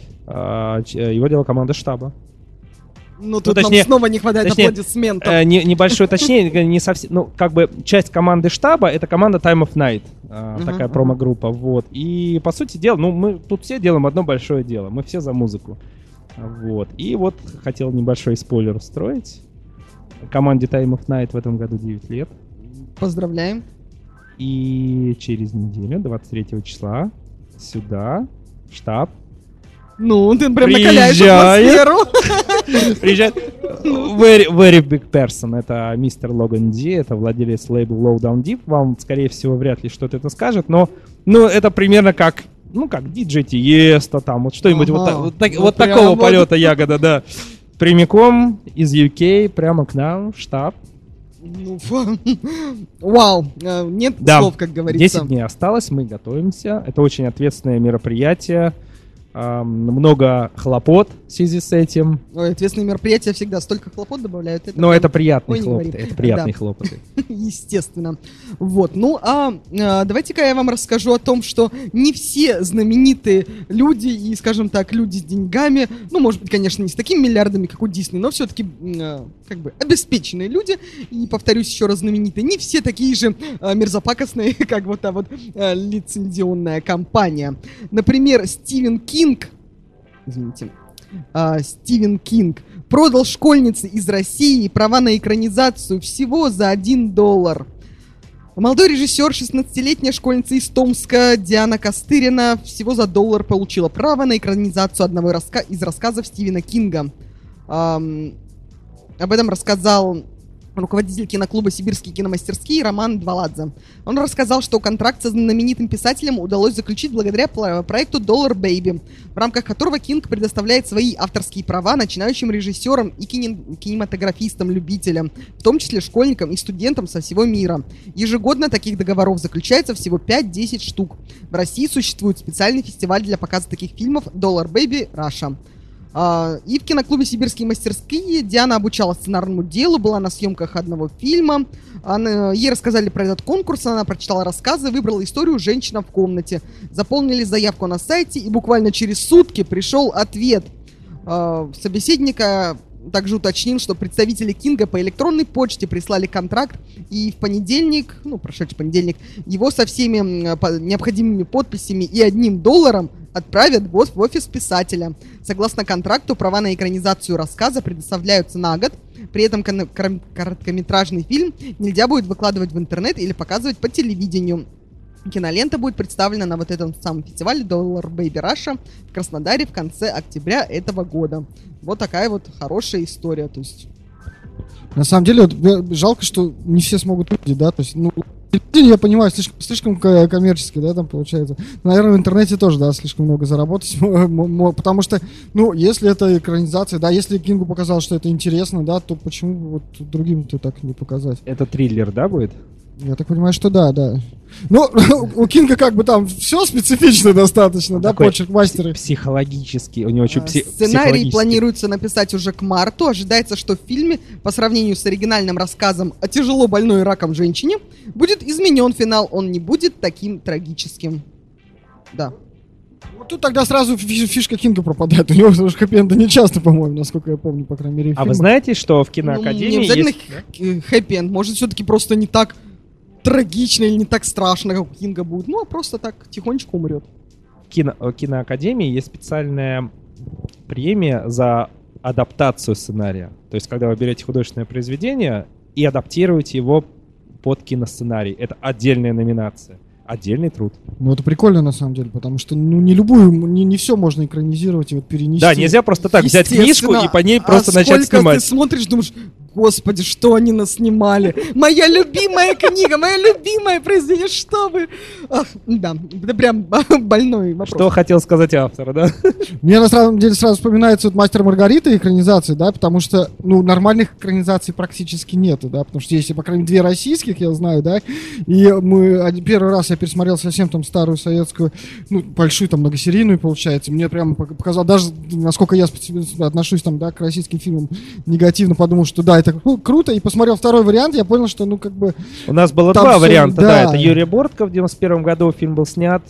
штаба. Ну, тут нам снова не хватает аплодисментов. Небольшое, точнее, не совсем, ну, как бы часть команды штаба, это команда Time of Night, такая промо-группа, вот. И, по сути дела, мы тут все делаем одно большое дело, мы все за музыку, вот. И вот хотел небольшой спойлер устроить. Команде Time of Night в этом году 9 лет. Поздравляем. И через неделю, 23 числа, сюда, в штаб. Ну, ты прям накаляешь атмосферу. Приезжает very big person. Это мистер Логан Ди, это владелец лейбла Low Down Deep. Вам, скорее всего, вряд ли что-то это скажет, но это примерно как DJ Tiesto, там, вот что-нибудь вот такого полета ягода, да. Прямиком из UK прямо к нам в штаб. Вау, нет слов, как говорится. 10 дней осталось, мы готовимся. Это очень ответственное мероприятие. много хлопот в связи с этим. Ой, ответственные мероприятия всегда столько хлопот добавляют. Но прям- это приятные Ой, не хлопоты. говори. Это приятные Да. хлопоты. Естественно. Вот. Ну, давайте-ка я вам расскажу о том, что не все знаменитые люди и, скажем так, люди с деньгами, ну, может быть, конечно, не с такими миллиардами, как у Дисней, но все-таки, как бы, обеспеченные люди, и, повторюсь еще раз, знаменитые, не все такие же мерзопакостные, как вот та вот лицензионная компания. Например, Стивен Кинг продал школьнице из России права на экранизацию всего за $1. Молодой режиссер, 16-летняя школьница из Томска Диана Костырина всего за $1 получила право на экранизацию одного из рассказов Стивена Кинга. Об этом рассказал руководитель киноклуба «Сибирские киномастерские» Роман Дваладзе. Он рассказал, что контракт со знаменитым писателем удалось заключить благодаря проекту «Dollar Baby», в рамках которого Кинг предоставляет свои авторские права начинающим режиссерам и кинематографистам-любителям, в том числе школьникам и студентам со всего мира. Ежегодно таких договоров заключается всего 5-10 штук. В России существует специальный фестиваль для показа таких фильмов «Dollar Baby Russia». И в киноклубе «Сибирские мастерские» Диана обучалась сценарному делу, была на съемках одного фильма. Ей рассказали про этот конкурс, она прочитала рассказы, выбрала историю «Женщина в комнате». Заполнили заявку на сайте, и буквально через сутки пришел ответ. Собеседника также уточнил, что представители Кинга по электронной почте прислали контракт, и в понедельник, прошедший понедельник, его со всеми необходимыми подписями и $1 отправят в офис писателя. Согласно контракту, права на экранизацию рассказа предоставляются на год. При этом короткометражный фильм нельзя будет выкладывать в интернет или показывать по телевидению. Кинолента будет представлена на вот этом самом фестивале Dollar Baby Russia в Краснодаре в конце октября этого года. Вот такая вот хорошая история. То есть... На самом деле, вот, жалко, что не все смогут увидеть, да, то есть, я понимаю, слишком коммерчески, да, там получается. Наверное, в интернете тоже, да, слишком много заработать, потому что, если это экранизация, да, если Кингу показалось, что это интересно, да, то почему вот другим-то так не показать? Это триллер, да, будет? Я так понимаю, что да. У Кинга как бы там все специфично достаточно, да, почерк мастера. Психологический, у него очень Сценарий планируется написать уже к марту. Ожидается, что в фильме, по сравнению с оригинальным рассказом о тяжело больной раком женщине, будет изменен финал. Он не будет таким трагическим. Да. Вот тут тогда сразу фишка Кинга пропадает. У него уже хэппи-энда не часто, по-моему, насколько я помню, по крайней мере. А вы знаете, что в киноакадемии не обязательно есть... хэппи-энд. Может, все-таки просто не так трагично или не так страшно, как у Кинга будет. А просто так тихонечко умрет. В киноакадемии есть специальная премия за адаптацию сценария. То есть, когда вы берете художественное произведение и адаптируете его под киносценарий. Это отдельная номинация. Отдельный труд. Это прикольно на самом деле, потому что не любую, не все можно экранизировать и вот перенести. Да, нельзя просто так взять книжку и по ней просто начать снимать. Ты смотришь, думаешь, господи, что они наснимали? Моя любимая книга, мое любимое произведение, что вы... Да, это прям больной вопрос. Что хотел сказать автор, да? Мне на самом деле сразу вспоминается вот «Мастер и Маргарита» экранизации, да, потому что, нормальных экранизаций практически нету, да, потому что есть, по крайней мере, 2 российских, я знаю, да, и первый раз я пересмотрел совсем там старую советскую, большую там многосерийную, получается, мне прямо показал, даже насколько я отношусь там, да, к российским фильмам негативно, подумал, что да, это круто, и посмотрел второй вариант, я понял, что, У нас было 2 варианта, да, это Юрий Бортко в 91 году фильм был снят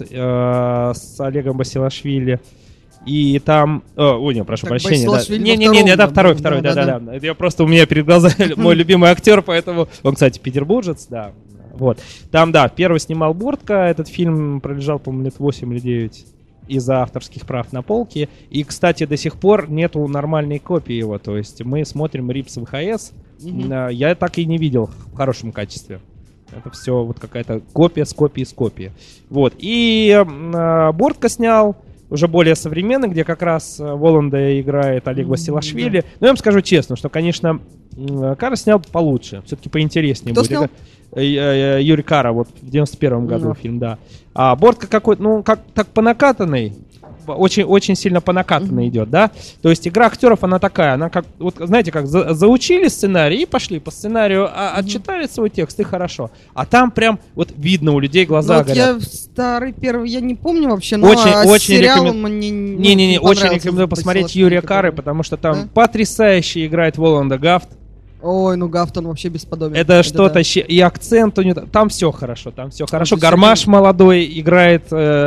с Олегом Басилашвили, и там... прошу прощения. Да. Не, да, второй, да. Я просто у меня перед глазами мой любимый актер, поэтому... Он, кстати, петербуржец, да. Вот. Там, да, первый снимал Бортко, этот фильм пролежал, по-моему, лет 8 или 9 из-за авторских прав на полке. И, кстати, до сих пор нету нормальной копии его. То есть мы смотрим РИПС ВХС. Я так и не видел в хорошем качестве. Это все вот какая-то копия с копии. Вот. И Бортко снял уже более современный, где как раз Воланда играет Олег Басилашвили. Но я вам скажу честно, что, конечно, Кара снял получше. Все-таки поинтереснее Кто будет. снял? Юрий Кара, вот в 91-м году фильм, да. А Бортко какой-то, как так по накатанной. очень, очень сильно по накатанной идет, да? То есть игра актеров, она такая, она как, вот знаете, как заучили сценарий и пошли по сценарию, отчитали свой текст и хорошо. А там прям вот видно, у людей глаза Вот горят. я старый первый, я не помню вообще, но Очень сериал рекомен- мне Не-не-не, очень понравился рекомендую с посмотреть Басилашвили, Юрия который- Кары, потому что там Да? потрясающе играет Воланда Гафт. Ой, ну Гафтон вообще бесподобен. Это что-то, да. и акцент у него, там все хорошо, там все хорошо. есть Гармаш один- молодой играет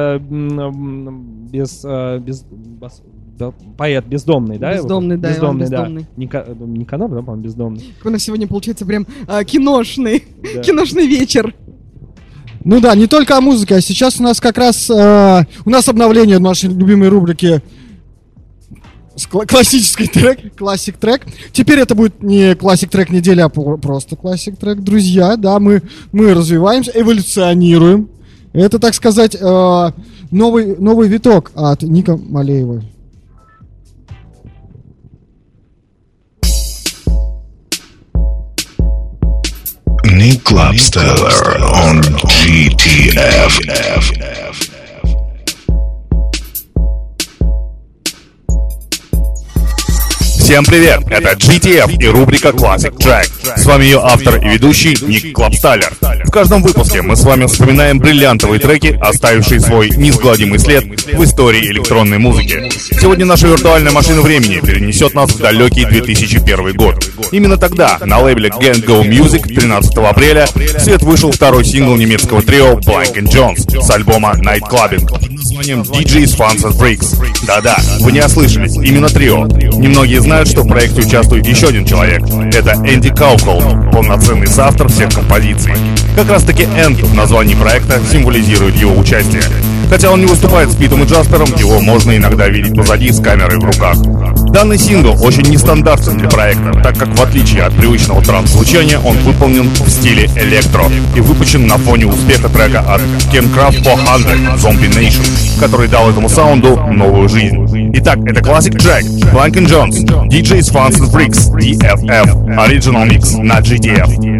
поэт бездомный, да? его? Бездомный, да, Иван бездомный, да. Бездомный. Никанор, да, по-моему, бездомный. У нас сегодня получается прям киношный, Да. киношный вечер. Ну да, не только о музыке, а сейчас у нас как раз у нас обновление нашей любимой рубрики классический трек, классик трек. Теперь это будет не классик трек недели, а просто классик трек. Друзья, да, мы развиваемся, эволюционируем. Это, так сказать, новый виток от Ника Малеева. Nick Clubsteller on GTF. Всем привет, это GTF и рубрика Classic Track. С вами ее автор и ведущий Ник Клабсталлер. В каждом выпуске мы с вами вспоминаем бриллиантовые треки, оставившие свой неизгладимый след в истории электронной музыки. Сегодня наша виртуальная машина времени перенесет нас в далекий 2001 год. Именно тогда на лейбле Gang Go Music 13 апреля в свет вышел второй сингл немецкого трио Blank & Jones с альбома Night Clubbing под названием DJ's Fans and Freaks. Да-да, вы не ослышались, именно трио. Немногие знают, что в проекте участвует еще один человек. Это Энди Кауколд, полноценный соавтор всех композиций. Как раз таки Энд в названии проекта символизирует его участие. Хотя он не выступает с Питом и Джаспером, его можно иногда видеть позади с камерой в руках. Данный сингл очень нестандартен для проекта, так как в отличие от привычного транс-звучания, он выполнен в стиле электро и выпущен на фоне успеха трека от Chemcraft 400 Zombie Nation, который дал этому саунду новую жизнь. Итак, это классик трек Blank & Jones, DJ's Fans and Freaks, DFF, Original Mix на GTF.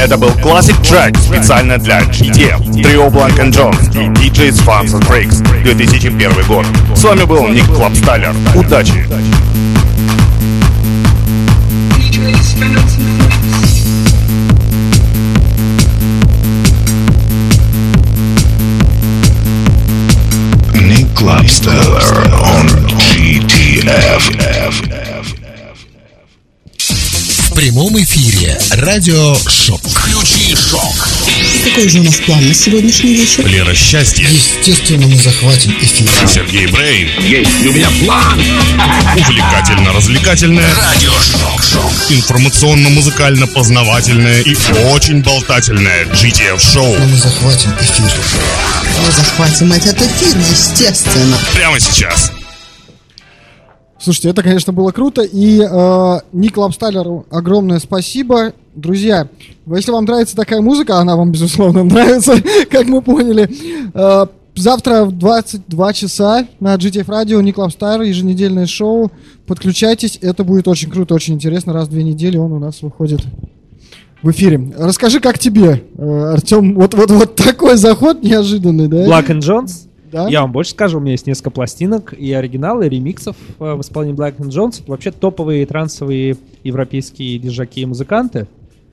Это был Classic Track специально для GTF, Trio Blank & Jones и DJ's Fans and Breaks, 2001 год. С вами был Ник Клабстайлер. Удачи! Nick Clubsteller on GTF. В прямом эфире радио Шок. Включи Шок. Какой же у нас план на сегодняшний вечер? Лера Счастье. Естественно, мы захватим эфир. Сергей Брейн. Есть у меня план. Увлекательно-развлекательное. Радио Шок. Информационно-музыкально-познавательное и очень болтательное GTF-шоу. Но мы захватим эфир. Мы захватим этот эфир, естественно. Прямо сейчас. Слушайте, это, конечно, было круто. И Ник Клабстайлеру огромное спасибо. Друзья, если вам нравится такая музыка, она вам, безусловно, нравится, как мы поняли. Завтра в 22 часа на GTF Radio Ник Клабстайлер, еженедельное шоу. Подключайтесь, это будет очень круто, очень интересно. Раз в 2 недели он у нас выходит в эфире. Расскажи, как тебе, Артем, вот такой заход неожиданный, да? Black & Jones. Да? Я вам больше скажу, у меня есть несколько пластинок и оригиналы, и ремиксов в исполнении Black & Jones. Это вообще топовые трансовые европейские диджаки и музыканты.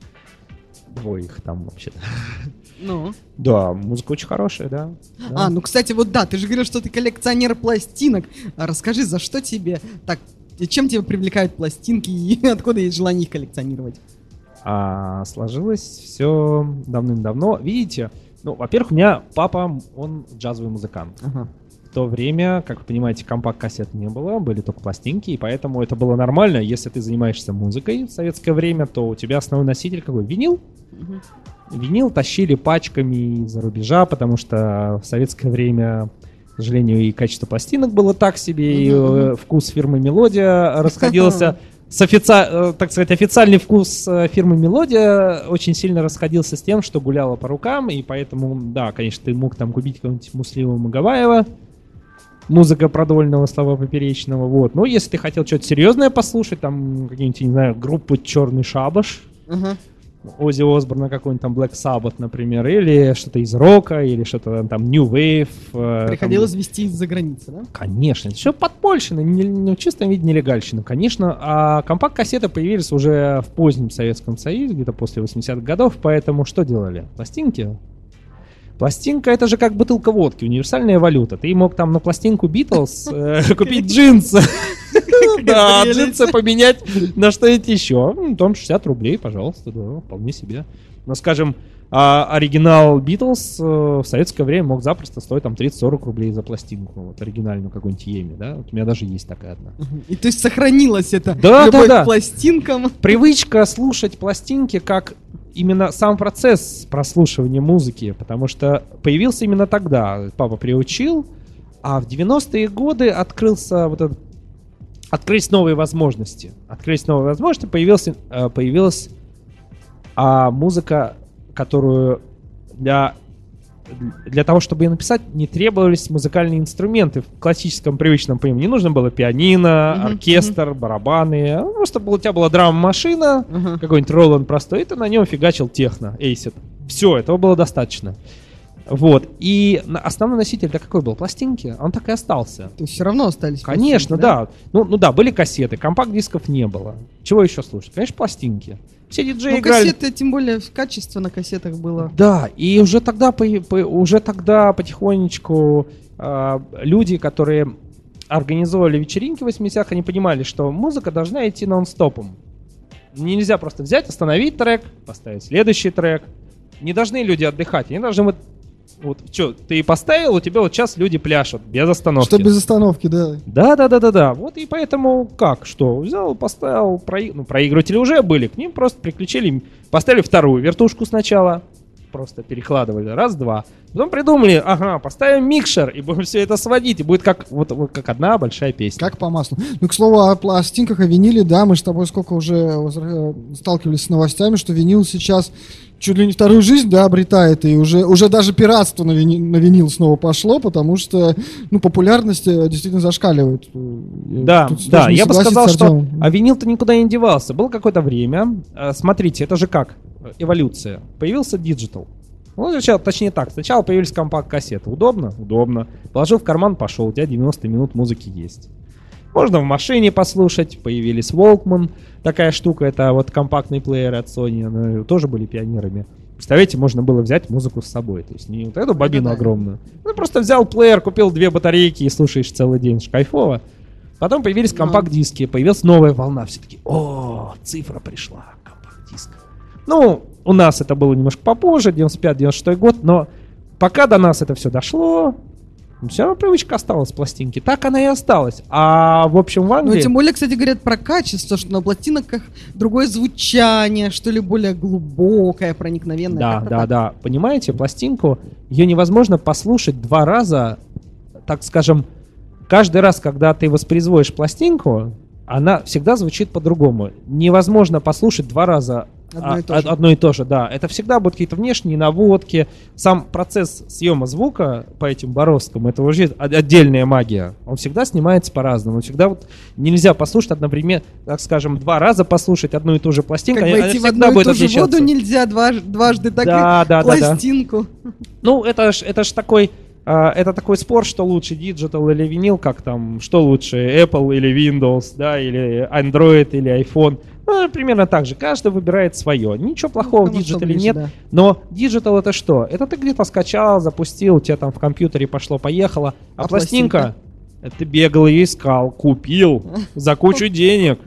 Двое их там вообще-то. Ну. Да, музыка очень хорошая, да. А, ну, кстати, вот да, ты же говорил, что ты коллекционер пластинок. А расскажи, за что тебе так, чем тебя привлекают пластинки и откуда есть желание их коллекционировать? Сложилось все давным-давно. Видите, ну, во-первых, у меня папа, он джазовый музыкант. Ага. В то время, как вы понимаете, компакт-кассет не было, были только пластинки, и поэтому это было нормально. Если ты занимаешься музыкой в советское время, то у тебя основной носитель какой? Винил. Винил тащили пачками из-за рубежа, потому что в советское время, к сожалению, и качество пластинок было так себе, и вкус фирмы «Мелодия» расходился так сказать, официальный вкус фирмы «Мелодия» очень сильно расходился с тем, что гуляло по рукам, и поэтому, да, конечно, ты мог там купить какого-нибудь Муслима Магаваева, музыка продольного, слова поперечного, вот. Но если ты хотел что-то серьезное послушать, там какие-нибудь, не знаю, группу «Черный шабаш», Оззи Осборна, какой-нибудь там Black Sabbath, например, или что-то из рока, или что-то там New Wave. Приходилось везти из-за границы, да? Конечно, все подпольщина, не в чистом виде нелегальщина, конечно. А компакт-кассеты появились уже в позднем Советском Союзе, где-то после 80-х годов, поэтому что делали? Пластинки. Пластинка — это же как бутылка водки, универсальная валюта. Ты мог там на пластинку Битлз купить джинсы. Да, джинсы поменять на что-нибудь еще. Там 60 рублей, пожалуйста, да, вполне себе. Но, скажем, оригинал Битлз в советское время мог запросто стоить там 30-40 рублей за пластинку. Вот оригинальную какую-нибудь Еми, да. Вот у меня даже есть такая одна. И то есть сохранилась эта любовь к пластинкам. Привычка слушать пластинки как именно сам процесс прослушивания музыки, потому что появился именно тогда. Папа приучил, а в 90-е годы открылись новые возможности. Появилась музыка, которую для того, чтобы ее написать, не требовались музыкальные инструменты в классическом привычном понимании. Не нужно было пианино, оркестр, барабаны. Просто у тебя была драм-машина, какой-нибудь Роланд простой, и ты на нем фигачил техно, эйсид. Все, этого было достаточно. Вот. И основной носитель для какой был? Пластинки. Он так и остался. То есть все равно остались Конечно, пластинки, да. Ну да, были кассеты, компакт-дисков не было. Чего еще слушать? Конечно, пластинки. Все диджеи играли. Кассеты, тем более, качество на кассетах было. Да, и уже тогда потихонечку люди, которые организовывали вечеринки в 80-х, они понимали, что музыка должна идти нон-стопом. Нельзя просто взять, остановить трек, поставить следующий трек. Не должны люди отдыхать, они должны вот что, ты поставил, у тебя вот сейчас люди пляшут без остановки. Что без остановки, да. Да. Вот и поэтому что? Взял, поставил, проигрыватели уже были, к ним просто приключили, поставили вторую вертушку сначала, просто перекладывали, раз-два. Потом придумали, поставим микшер, и будем все это сводить, и будет как одна большая песня. Как по маслу. Ну, к слову, о пластинках, о виниле, да, мы с тобой сколько уже сталкивались с новостями, что винил сейчас чуть ли не вторую жизнь, да, обретает, и уже даже пиратство на винил снова пошло, потому что, популярность действительно зашкаливает. Да, я бы сказал, что винил-то никуда не девался. Было какое-то время, смотрите, это же как? эволюция. Появился диджитал. Ну, сначала появились компакт-кассеты. Удобно? Удобно. Положил в карман, пошел. У тебя 90 минут музыки есть. Можно в машине послушать. Появились Walkman. Такая штука, это вот компактные плееры от Sony. Они тоже были пионерами. Представляете, можно было взять музыку с собой. То есть не вот эту бобину огромную. Ну, просто взял плеер, купил 2 батарейки и слушаешь целый день. Кайфово. Потом появились компакт-диски. Появилась новая волна. Все таки: о, цифра пришла. Компакт-диск. Ну, у нас это было немножко попозже, 95-96 год, но пока до нас это все дошло, все равно привычка осталась с пластинки. Так она и осталась. А в общем в Англии... Ну, тем более, кстати, говорят про качество, что на пластинках другое звучание, что ли, более глубокое, проникновенное. Да. Понимаете, пластинку, ее невозможно послушать 2 раза, так скажем, каждый раз, когда ты воспроизводишь пластинку, она всегда звучит по-другому. Невозможно послушать 2 раза одно и то же, да. Это всегда будут какие-то внешние наводки. Сам процесс съема звука по этим бороздкам, это уже отдельная магия. Он всегда снимается по-разному. Всегда вот нельзя послушать одновременно, так скажем, 2 раза послушать одну и ту же пластинку. Как войти в одну и ту же воду нельзя дважды так пластинку. Да. Ну, это ж такой... Это такой спор, что лучше, диджитал или винил, как там, что лучше, Apple или Windows, да, или Android или iPhone. Ну, примерно так же. Каждый выбирает свое. Ничего плохого в диджитале нет. Да. Но диджитал это что? Это ты где-то скачал, запустил, у тебя там в компьютере пошло-поехало. А пластинка? Ты бегал и искал, купил за кучу денег.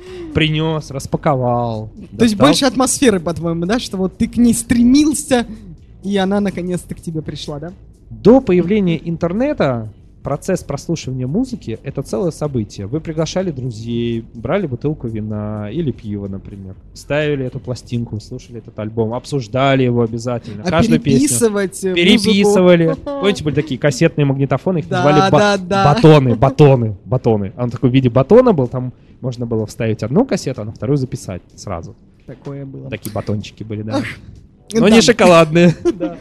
Принес, распаковал. То есть больше атмосферы, по-твоему, да? Что вот ты к ней стремился, и она наконец-то к тебе пришла, да? До появления интернета процесс прослушивания музыки — это целое событие. Вы приглашали друзей, брали бутылку вина или пива, например, ставили эту пластинку, слушали этот альбом, обсуждали его обязательно. Каждую песню. Переписывали. Помните, были такие кассетные магнитофоны, их называли батоны. Он такой в виде батона был, там можно было вставить одну кассету, а на вторую записать сразу. Такое было. Такие батончики были, да. Но не шоколадные.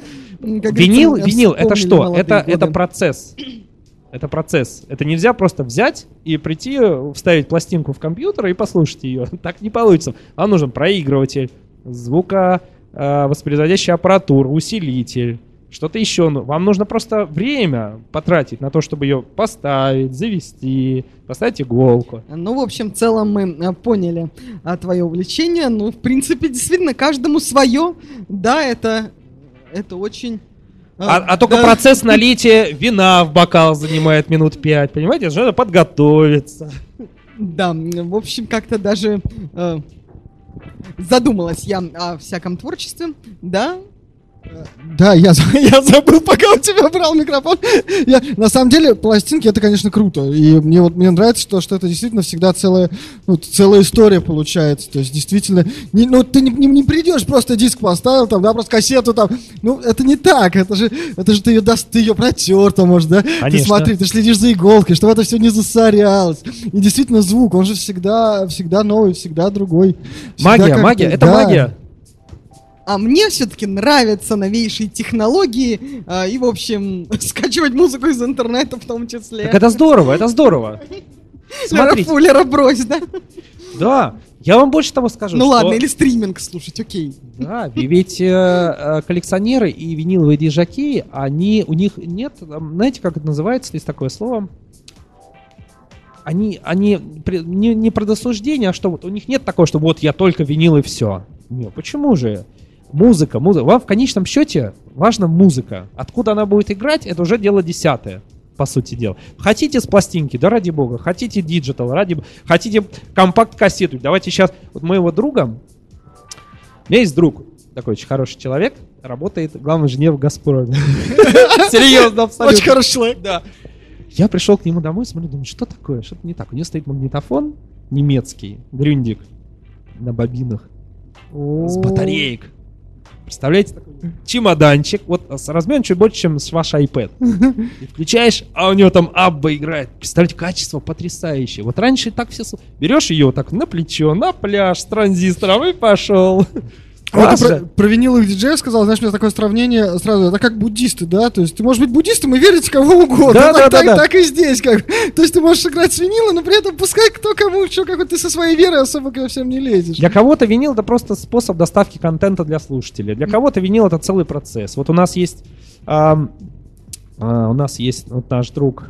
Винил это что? Это процесс. Это процесс. Это нельзя просто взять и прийти, вставить пластинку в компьютер и послушать ее. Так не получится. Вам нужен проигрыватель, звуковоспроизводящая аппаратура, усилитель, что-то еще. Вам нужно просто время потратить на то, чтобы ее поставить, завести, поставить иголку. Ну, в общем, в целом мы поняли твое увлечение. Ну, в принципе, действительно, каждому свое. Да, это очень... Только процесс налития вина в бокал занимает минут 5, понимаете? Надо подготовиться. Да, в общем, как-то даже задумалась я о всяком творчестве, да? Да, я забыл, пока у тебя брал микрофон. На самом деле, пластинки — это, конечно, круто. И мне нравится, что это действительно всегда целая история получается. То есть, действительно, ты не придешь, просто диск поставил, там, да, просто кассету там. Ну, это не так. Это же ты ее протер, там, может, да? Конечно. Ты смотри, ты следишь за иголкой, чтобы это все не засорялось. И действительно, звук, он же всегда новый, всегда другой. Магия, это магия. А мне все-таки нравятся новейшие технологии и, в общем, скачивать музыку из интернета в том числе. Так это здорово. Смотрите. Фуллера брось, да? Да, я вам больше того скажу. Ну ладно, или стриминг слушать, окей. Да, ведь коллекционеры и виниловые диджаки, у них нет, знаете, как это называется, есть такое слово? Они не предосуждение, а что вот у них нет такого, что вот я только винил и все. Нет, почему же? Музыка. Вам в конечном счете важна музыка. Откуда она будет играть, это уже дело 10-е, по сути дела. Хотите с пластинки, да ради бога. Хотите диджитал, хотите компакт-кассету. Давайте сейчас, вот моего друга, у меня есть друг, такой очень хороший человек, работает главный инженер в «Газпроме». Серьезно, абсолютно. Очень хороший человек. Да. Я пришел к нему домой, смотрю, думаю, что такое, что-то не так. У него стоит магнитофон немецкий, Грюндик, на бобинах, с батареек. Представляете, такой чемоданчик, вот с размером чуть больше, чем ваш iPad. И включаешь, а у него там Абба играет. Представляете, качество потрясающее. Вот раньше так все... Берешь ее вот так на плечо, на пляж с транзистором и пошел. Вот Класс ты же. про виниловых диджеев сказал, знаешь, у меня такое сравнение сразу, это как буддисты, да, то есть ты можешь быть буддистом и верить в кого угодно, Да, так, да, так, да. так и здесь, как, то есть ты можешь играть с винила, но при этом пускай кто кому, что, как ты со своей верой особо ко всем не лезешь. Для кого-то винил это просто способ доставки контента для слушателей. Для кого-то винил это целый процесс. Вот у нас есть вот наш друг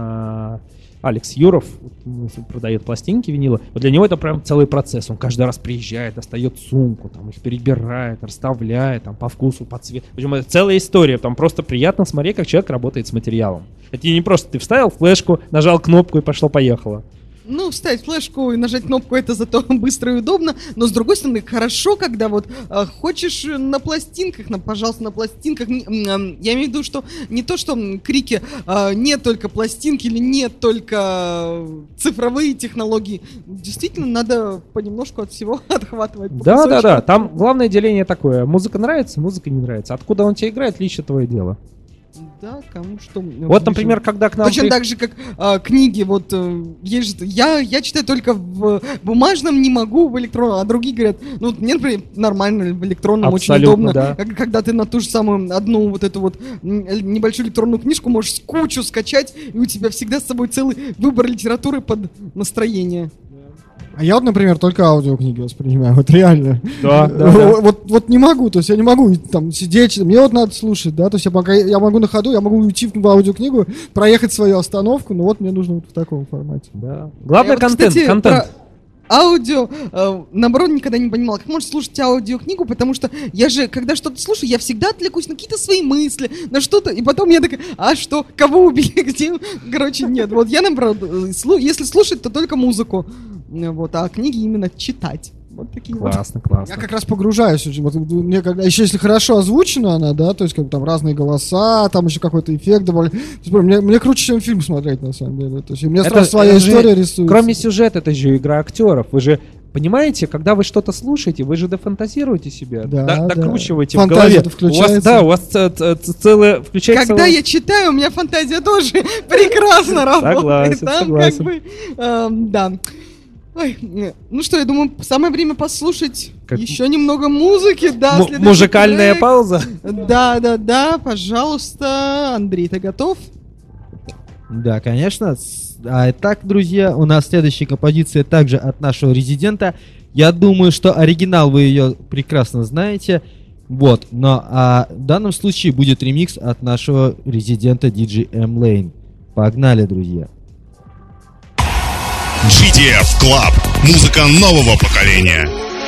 Алекс Юров, продает пластинки винила. Вот для него это прям целый процесс. Он каждый раз приезжает, достает сумку, там их перебирает, расставляет, там по вкусу, по цвету. В общем, это целая история. Там просто приятно смотреть, как человек работает с материалом. Это не просто ты вставил флешку, нажал кнопку и пошло-поехало. Ну, вставить флешку и нажать кнопку, это зато быстро и удобно. Но, с другой стороны, хорошо, когда вот хочешь на пластинках, пожалуйста, на пластинках. Я имею в виду, что не то, что крики нет только пластинки или нет только цифровые технологии. Действительно, надо понемножку от всего отхватывать. по Да. кусочкам. Там главное деление такое. Музыка нравится, музыка не нравится. Откуда он тебе играет, лично твое дело. Да, кому что. Вот, например, когда к нам... Точно так же, как книги, вот есть же, я читаю только в бумажном, не могу в электронном, а другие говорят, ну, вот мне, например, нормально в электронном, очень Абсолютно, удобно, да. когда ты на ту же самую одну вот эту вот небольшую электронную книжку можешь кучу скачать, и у тебя всегда с собой целый выбор литературы под настроение. А я вот, например, только аудиокниги воспринимаю, вот реально. Да. Вот не могу, то есть я не могу там сидеть, мне вот надо слушать, да, то есть я могу на ходу, я могу уйти в аудиокнигу, проехать свою остановку, но вот мне нужно вот в таком формате. Да. Главное, Я вот, контент, кстати, контент. про аудио, наоборот, никогда не понимала, как можно слушать аудиокнигу, потому что я же, когда что-то слушаю, я всегда отвлекусь на какие-то свои мысли, на что-то, и потом я такая, а что, кого убили, где, короче, нет. Вот я, наоборот, если слушать, то только музыку, вот, а книги именно читать. Вот такие Классно. Я как раз погружаюсь очень. Вот, мне когда, еще если хорошо озвучена она, да, то есть как бы там разные голоса, там еще какой-то эффект добавляют. Мне круче, чем фильм смотреть, на самом деле. То есть, у меня сразу своя же, история рисуется. Кроме сюжета, это же игра актеров. Вы же понимаете, когда вы что-то слушаете, вы же дофантазируете себе, Да. докручиваете Фантазия-то в голове. включается. У вас целое включается. Когда я читаю, у меня фантазия тоже прекрасно работает. Согласен, Там согласен. как бы, да. Ой, ну что, я думаю, самое время послушать еще немного музыки, да. следующий Музыкальная трек. пауза. Да, пожалуйста. Андрей, ты готов? Да, конечно. Итак, друзья, у нас следующая композиция также от нашего резидента. Я думаю, что оригинал вы ее прекрасно знаете. Вот, но в данном случае будет ремикс от нашего резидента DJ M-Lane. Погнали, друзья. GTF Club. Музыка нового поколения.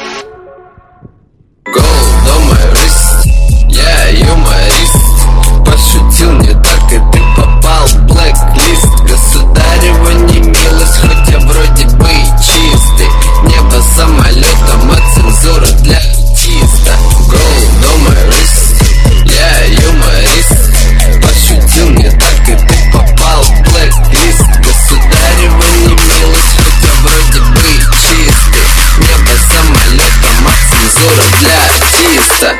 Голдомерист, я юморист. Пошутил не так, и ты попал в блэк-лист. Государева немилость, хоть я вроде бы и чистый. Небо самолетом, а цензура для артиста. Голдомерист, я юморист. Пошутил не так, и ты попал в блэк-лист. Государева немилость, хоть я вроде бы и чистый. Небо самолетом, а цензура для артиста.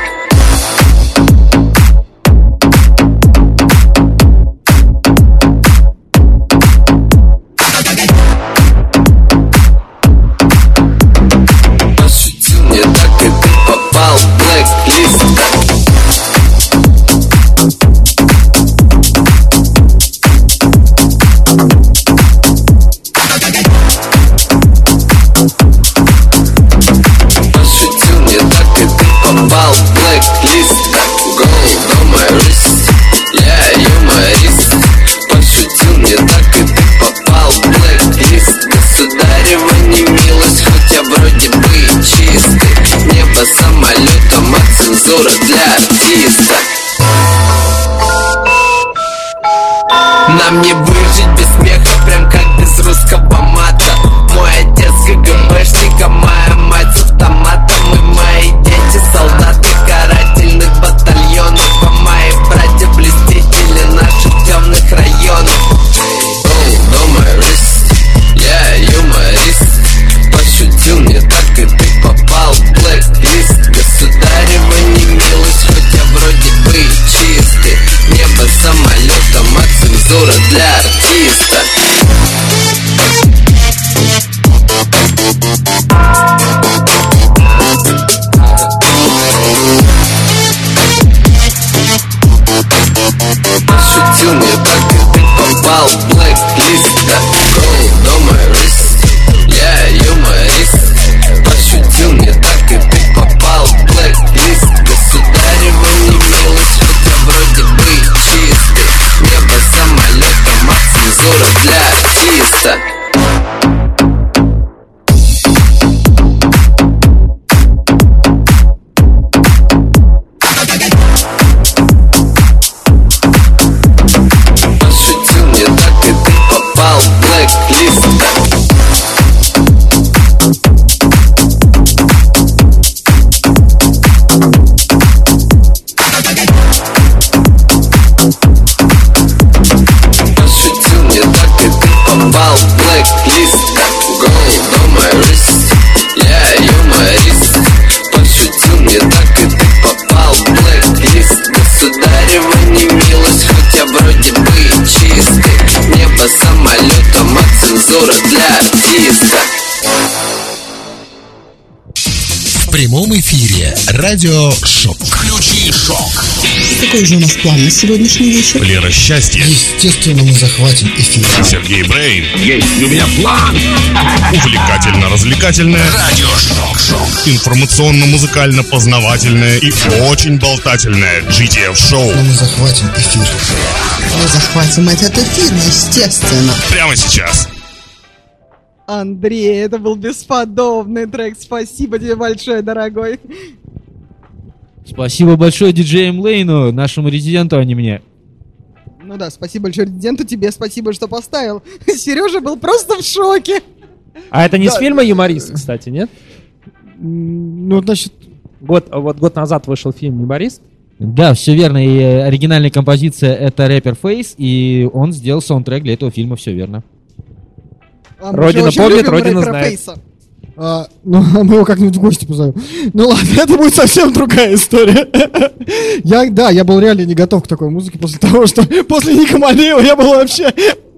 Пошутил не так, и ты попал в блэк-лист. Пошутил не так, и ты попал в блэк-лист. Голдомерист, я юморист. Пошутил не так, и ты попал в блэк-лист. Государева немилость, хоть я вроде бы и чистый. Небо самолетом, а цензура для артиста. Нам не выжить без смеха, прям как без русского мата. Мой отец КГБшник, а моя мать с автоматом. И мои дети солдаты карательных батальонов. А мои братья блестители наших темных районов. Голдомерист, я юморист. Пошутил не так, и ты попал в блэк-лист. Государева немилость, хоть я вроде бы и чистый. Небо самолетом, а цензура для артиста. Радиошок. Включи шок. Какой же у нас план на сегодняшний вечер? Лера Счастье. Естественно, мы захватим эфир. Сергей Брейн. Есть у меня план. Увлекательно-развлекательное. Радиошок. Информационно-музыкально-познавательное и очень болтательное GTF-шоу. Но мы захватим эфир. Мы захватим этот эфир, естественно. Прямо сейчас. Андрей, это был бесподобный трек. Спасибо тебе большое, дорогой. Спасибо большое диджеям Лейну, нашему резиденту, а не мне. Ну да, спасибо большое резиденту, тебе спасибо, что поставил. Сережа был просто в шоке. А это не с фильма «Юморист», кстати, нет? Ну, значит... Год назад вышел фильм «Юморист». Да, все верно, и оригинальная композиция это рэпер Фейс, и он сделал саундтрек для этого фильма, все верно. Родина помнит, Родина знает. Фейса. Мы его как-нибудь в гости позовем. Ну ладно, это будет совсем другая история. Я был реально не готов к такой музыке после того, что после Ника Малеева я был вообще...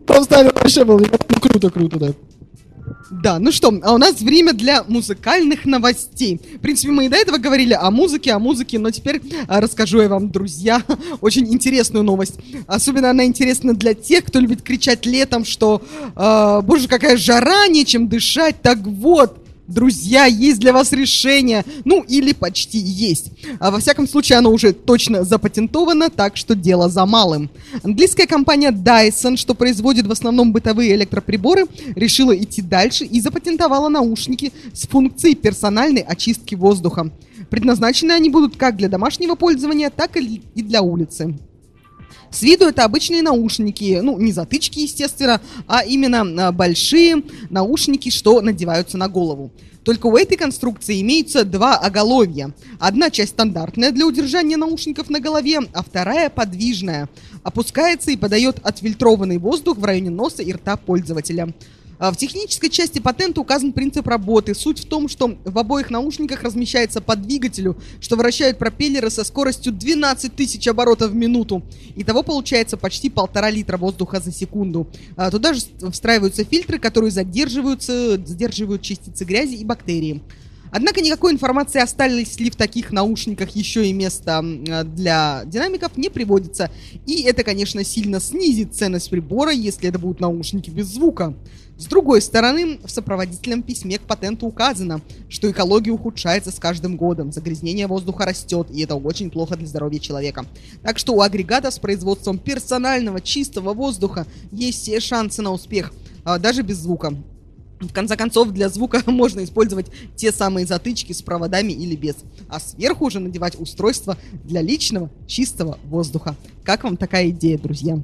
Круто, да. Да, ну что, а у нас время для музыкальных новостей. В принципе, мы и до этого говорили о музыке, но теперь расскажу я вам, друзья, очень интересную новость. Особенно она интересна для тех, кто любит кричать летом, что боже, какая жара, нечем дышать. Так вот, друзья, есть для вас решение. Ну, или почти есть. Во всяком случае, оно уже точно запатентовано, так что дело за малым. Английская компания Dyson, что производит в основном бытовые электроприборы, решила идти дальше и запатентовала наушники с функцией персональной очистки воздуха. Предназначены они будут как для домашнего пользования, так и для улицы. С виду это обычные наушники, ну, не затычки, естественно, а именно большие наушники, что надеваются на голову. Только у этой конструкции имеются два оголовья. Одна часть стандартная для удержания наушников на голове, а вторая подвижная. Опускается и подает отфильтрованный воздух в районе носа и рта пользователя. В технической части патента указан принцип работы. Суть в том, что в обоих наушниках размещается по двигателю, что вращает пропеллеры со скоростью 12 тысяч оборотов в минуту. Итого получается почти 1,5 литра воздуха за секунду. Туда же встраиваются фильтры, которые задерживают частицы грязи и бактерии. Однако никакой информации, остались ли в таких наушниках еще и место для динамиков, не приводится. И это, конечно, сильно снизит ценность прибора, если это будут наушники без звука. С другой стороны, в сопроводительном письме к патенту указано, что экология ухудшается с каждым годом, загрязнение воздуха растет, и это очень плохо для здоровья человека. Так что у агрегата с производством персонального чистого воздуха есть все шансы на успех, даже без звука. В конце концов, для звука можно использовать те самые затычки с проводами или без, а сверху уже надевать устройство для личного чистого воздуха. Как вам такая идея, друзья?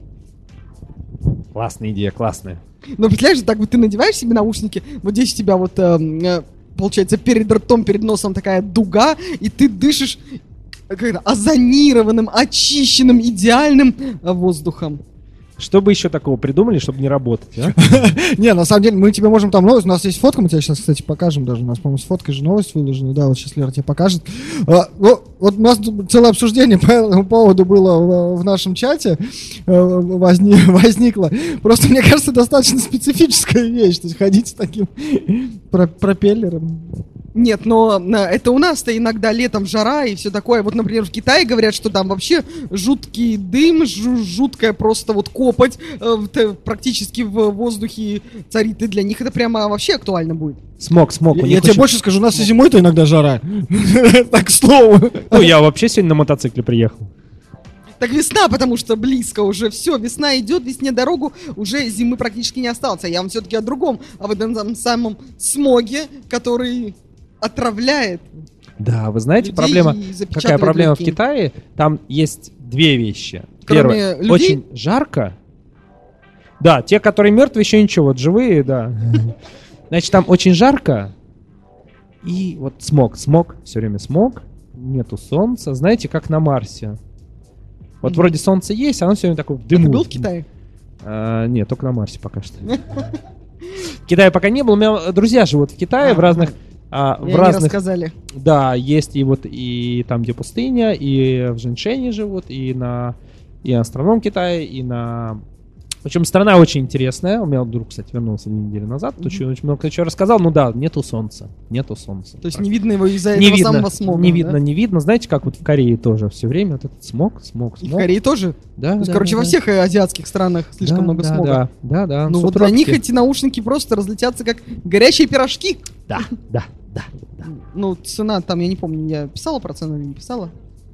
Классная идея, классная. Ну, представляешь, так вот ты надеваешь себе наушники, вот здесь у тебя вот, получается, перед ртом, перед носом такая дуга, и ты дышишь озонированным, очищенным, идеальным воздухом. Что бы еще такого придумали, чтобы не работать, а? Не, на самом деле, мы тебе можем там новость, у нас есть фотка, мы тебе сейчас, кстати, покажем даже, у нас, по-моему, с фоткой же новость выложена, да, вот сейчас Лера тебе покажет. Вот у нас целое обсуждение по этому поводу было в нашем чате, возникло. Просто, мне кажется, достаточно специфическая вещь, то есть ходить с таким пропеллером. Нет, но это у нас-то иногда летом жара и все такое. Вот, например, в Китае говорят, что там вообще жуткий дым, жуткая просто вот копоть практически в воздухе царит. И для них это прямо вообще актуально будет. Смог. Я тебе больше скажу, у нас и зимой-то иногда жара. Так, к слову. Ну, я вообще сегодня на мотоцикле приехал. Так весна, потому что близко уже все, весна идет, весне дорогу, уже зимы практически не осталось. А я вам все-таки о другом, об этом самом смоге, который отравляет. Да, вы знаете, какая проблема в Китае? Там есть две вещи. Первое, очень жарко. Да, те, которые мертвые, еще ничего, вот живые, да. Значит, там очень жарко. И вот смог, все время смог. Нету солнца. Знаете, как на Марсе. Вот вроде солнце есть, а оно все время такое в дыму. Ты был в Китае? Нет, только на Марсе пока что. В Китае пока не был. У меня друзья живут в Китае, в разных... в разных, рассказали. Да, есть и вот и там, где пустыня, и в Жэньшэне живут, и на островном Китае, и на В общем, страна очень интересная. У меня друг, кстати, вернулся 2 недели назад. Очень много чего рассказал. Ну да, нету солнца. Нету солнца. То есть не видно его из-за этого самого смога. Не видно, не видно. Знаете, как вот в Корее тоже все время вот этот смог. И в Корее тоже? Да. То есть, короче, во всех азиатских странах слишком много смога. Да. Ну вот для них эти наушники просто разлетятся как горячие пирожки. Да. Ну, цена там, я не помню, я писала про цену или не писала?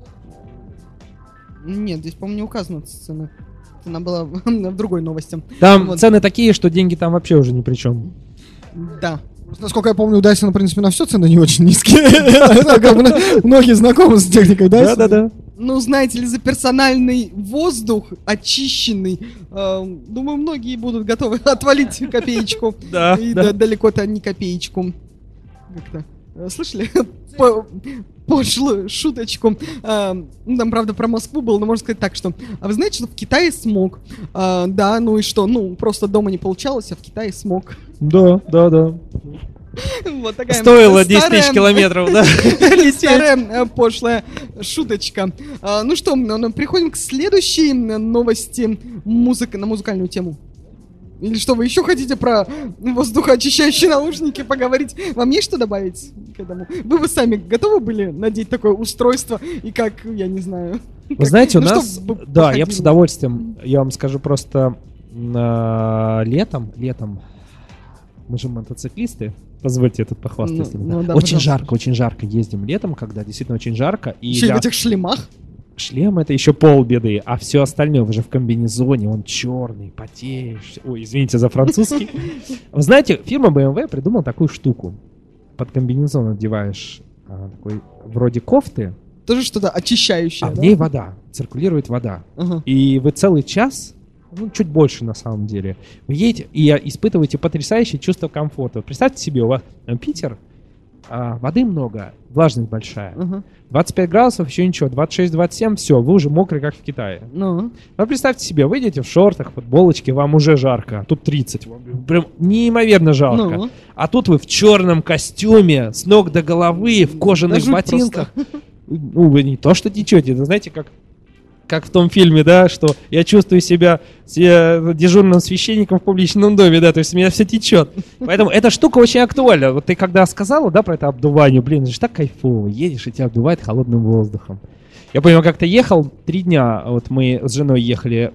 Нет, здесь, по-моему, не указана цена. Цена была в другой новости. Там цены такие, что деньги там вообще уже ни при чем. Да. Насколько я помню, у Дайсона, в принципе, на все цены не очень низкие. Многие знакомы с техникой Дайсона. Да. Ну, знаете ли, за персональный воздух очищенный, думаю, многие будут готовы отвалить копеечку. Да. И далеко-то не копеечку. Как-то слышали? Пошлую шуточку. Ну, там, правда, про Москву было, но можно сказать так, что... А вы знаете, что в Китае смог? Да, ну и что? Ну, просто дома не получалось, а в Китае смог. Да. Вот такая стоило 10 тысяч километров, да? Старая пошлая шуточка. Ну что, переходим к следующей новости на музыкальную тему. Или что, вы еще хотите про воздухоочищающие наушники поговорить? Вам есть что добавить к этому? Вы сами готовы были надеть такое устройство? И как, я не знаю... Вы знаете, у нас... Да, я бы с удовольствием, я вам скажу просто, летом, мы же мотоциклисты, позвольте этот похвастаться. Да, очень жарко ездим летом, когда действительно очень жарко. Еще и в этих шлемах? Шлем — это еще полбеды, а все остальное уже в комбинезоне, он черный, потеешь. Ой, извините за французский. Вы знаете, фирма BMW придумала такую штуку. Под комбинезон одеваешь такой вроде кофты. Тоже что-то очищающее, в ней вода, циркулирует вода. И вы целый час, ну, чуть больше на самом деле, вы едете и испытываете потрясающее чувство комфорта. Представьте себе, у вас Питер, воды много, влажность большая. 25 градусов, еще ничего, 26-27, все, вы уже мокрый, как в Китае. Ну, представьте себе, вы идете в шортах, футболочке, вам уже жарко, а тут 30, прям неимоверно жарко. А тут вы в черном костюме, с ног до головы, в кожаных ботинках. Ну, вы не то что течете, это знаете, как в том фильме, да, что я чувствую себя дежурным священником в публичном доме, да, то есть у меня все течет. Поэтому эта штука очень актуальна. Вот ты когда сказала, да, про это обдувание, блин, это же так кайфово, едешь и тебя обдувает холодным воздухом. Я помню, как-то ехал 3 дня, вот мы с женой ехали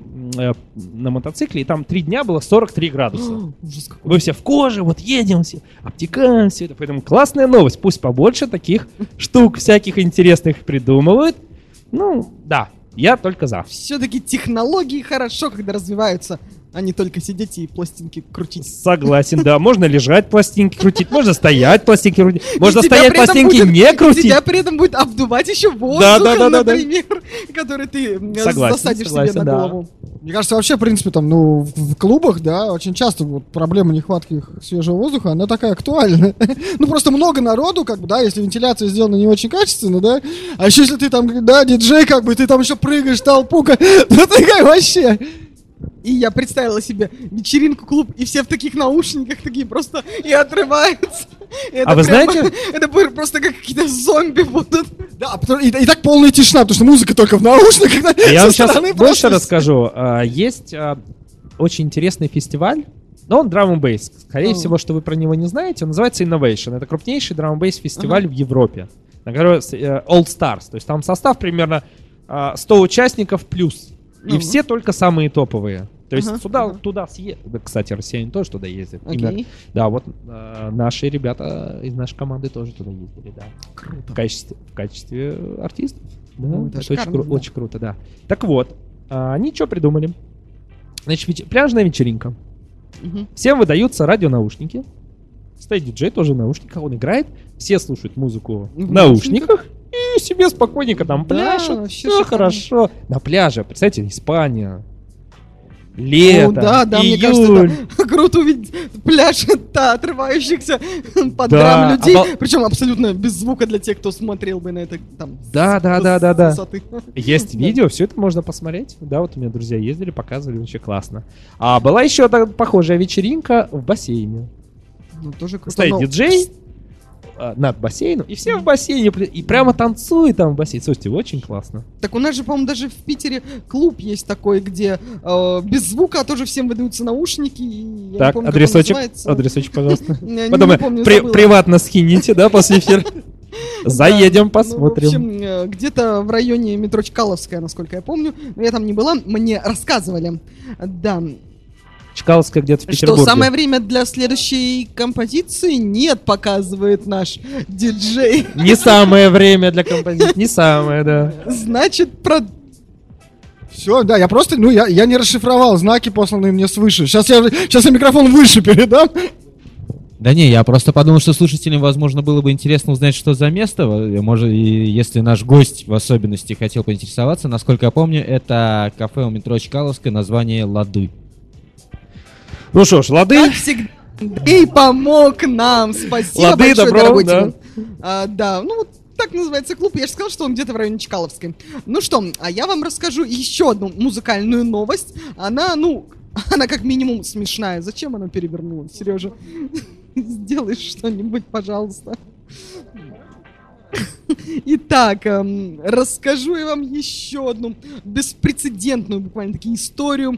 на мотоцикле, и там 3 дня было 43 градуса. Мы все в коже, вот едем все, обтекаем все это, поэтому классная новость, пусть побольше таких штук всяких интересных придумывают. Ну, да. Я только за. Все-таки технологии хорошо, когда развиваются, а не только сидеть и пластинки крутить. Согласен, да. Можно лежать, пластинки крутить, можно стоять, пластинки крутить, можно стоять, пластинки не крутить. Тебя при этом будет обдувать еще воздух, например, который ты засадишь себе на голову. Мне кажется, вообще, в принципе, там, ну, в клубах, да, очень часто вот проблема нехватки свежего воздуха, она такая актуальна. Ну, просто много народу, как бы, да, если вентиляция сделана не очень качественно, да, а еще если ты там, да, диджей, как бы, ты там еще прыгаешь, толпука, ну, такая вообще... И я представила себе вечеринку, клуб, и все в таких наушниках такие просто и отрываются. А вы знаете? Это просто как какие-то зомби будут. Да, и так полная тишина, потому что музыка только в наушниках. Я вам сейчас больше расскажу. Есть очень интересный фестиваль, но он Drum & Bass. Скорее всего, что вы про него не знаете. Он называется Innovation. Это крупнейший Drum & Bass фестиваль в Европе. All Stars. То есть там состав примерно 100 участников плюс. И все только самые топовые. То есть туда съездят. Кстати, россияне тоже туда ездят. Да, вот наши ребята из нашей команды тоже туда ездили, да. Круто. В качестве артистов. Да, Ну, это шикарно, очень круто, да. Так вот, они что придумали? Значит, пляжная вечеринка. Всем выдаются радионаушники. Стоит диджей тоже в наушниках, он играет. Все слушают музыку в наушниках. И себе спокойненько там пляшут, все хорошо. На пляже, представьте, Испания, лето, да, мне кажется, это круто увидеть пляж отрывающихся под драм людей, причем абсолютно без звука для тех, кто смотрел бы на это там. Да. Есть видео, все это можно посмотреть. Да, вот у меня друзья ездили, показывали, вообще классно. А была еще похожая вечеринка в бассейне. Ну, тоже круто. Стоит диджей. над бассейном, и все в бассейне, и прямо танцуют там в бассейне. Слушайте, очень классно. Так у нас же, по-моему, даже в Питере клуб есть такой, где без звука тоже всем выдаются наушники. И я Так, не помню, как он адресочек, называется. пожалуйста. Не Потом помню, забыла. приватно скините, да, после эфира. Заедем, посмотрим. Ну, в общем, где-то в районе метро Чкаловская, насколько я помню. Но я там не была, мне рассказывали. Да. Чкаловская где-то в Что, Петербурге. самое время для следующей композиции? Нет, показывает наш диджей. Не самое время для композиции, не самое, да. Значит, Все, да, я просто, я не расшифровал знаки, посланные мне свыше. Сейчас я микрофон выше передам. Да не, я просто подумал, что слушателям, возможно, было бы интересно узнать, что за место. Может, и если наш гость в особенности хотел поинтересоваться, насколько я помню, это кафе у метро Чкаловская, название «Лады». Ну что ж, лады. как всегда, ты помог нам. Спасибо Лады, большое, добро, дорогой да. Тимон. Да, ну вот так называется клуб. Я же сказал, что он где-то в районе Чкаловской. Ну что, а я вам расскажу еще одну музыкальную новость. Она как минимум смешная. Зачем она перевернула, Сережа? Сделай что-нибудь, пожалуйста. Итак, расскажу я вам еще одну беспрецедентную буквально-таки историю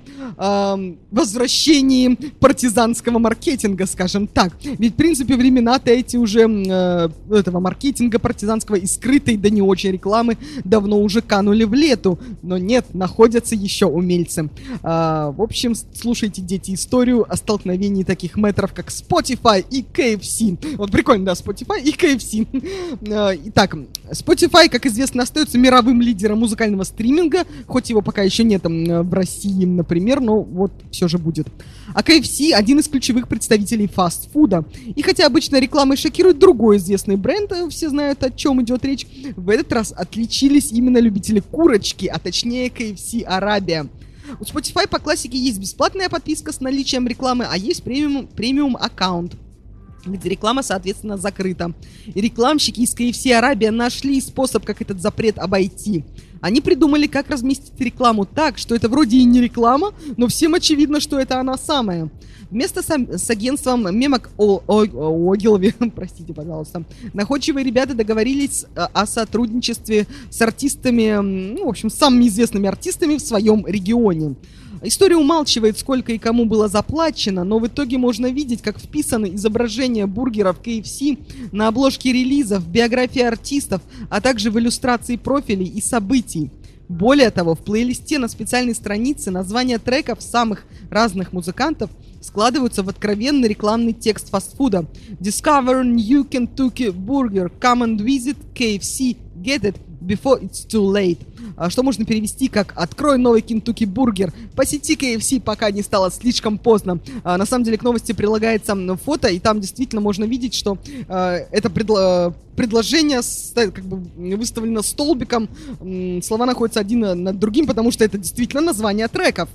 возвращении партизанского маркетинга, скажем так. Ведь, в принципе, времена-то эти уже этого маркетинга партизанского и скрытой, да не очень рекламы давно уже канули в лету. Но нет, находятся еще умельцы. В общем, слушайте, дети, историю о столкновении таких мэтров, как Spotify и KFC. Вот прикольно, да, Spotify и KFC. Итак, Spotify, как известно, остается мировым лидером музыкального стриминга, хоть его пока еще нет в России, например, но вот все же будет. А KFC один из ключевых представителей фастфуда. И хотя обычно рекламой шокирует другой известный бренд, все знают, о чем идет речь, в этот раз отличились именно любители курочки, а точнее KFC Арабия. У Spotify по классике есть бесплатная подписка с наличием рекламы, а есть премиум аккаунт, где реклама, соответственно, закрыта. И рекламщики из KFC Арабия нашли способ, как этот запрет обойти. Они придумали, как разместить рекламу так, что это вроде и не реклама, но всем очевидно, что это она самая. Вместо с агентством Мемок Огилви, простите, пожалуйста, находчивые ребята договорились о сотрудничестве с артистами, в общем, с самыми известными артистами в своем регионе. История умалчивает, сколько и кому было заплачено, но в итоге можно видеть, как вписаны изображения бургеров KFC на обложке релизов, биографии артистов, а также в иллюстрации профилей и событий. Более того, в плейлисте на специальной странице названия треков самых разных музыкантов складываются в откровенный рекламный текст фастфуда. Discover new Kentucky burger, come and visit KFC, get it before it's too late. Что можно перевести как «Открой новый Kentucky бургер, посети KFC, пока не стало слишком поздно». На самом деле к новости прилагается фото, и там действительно можно видеть, что это предложение как бы выставлено столбиком, слова находятся один над другим, потому что это действительно название треков.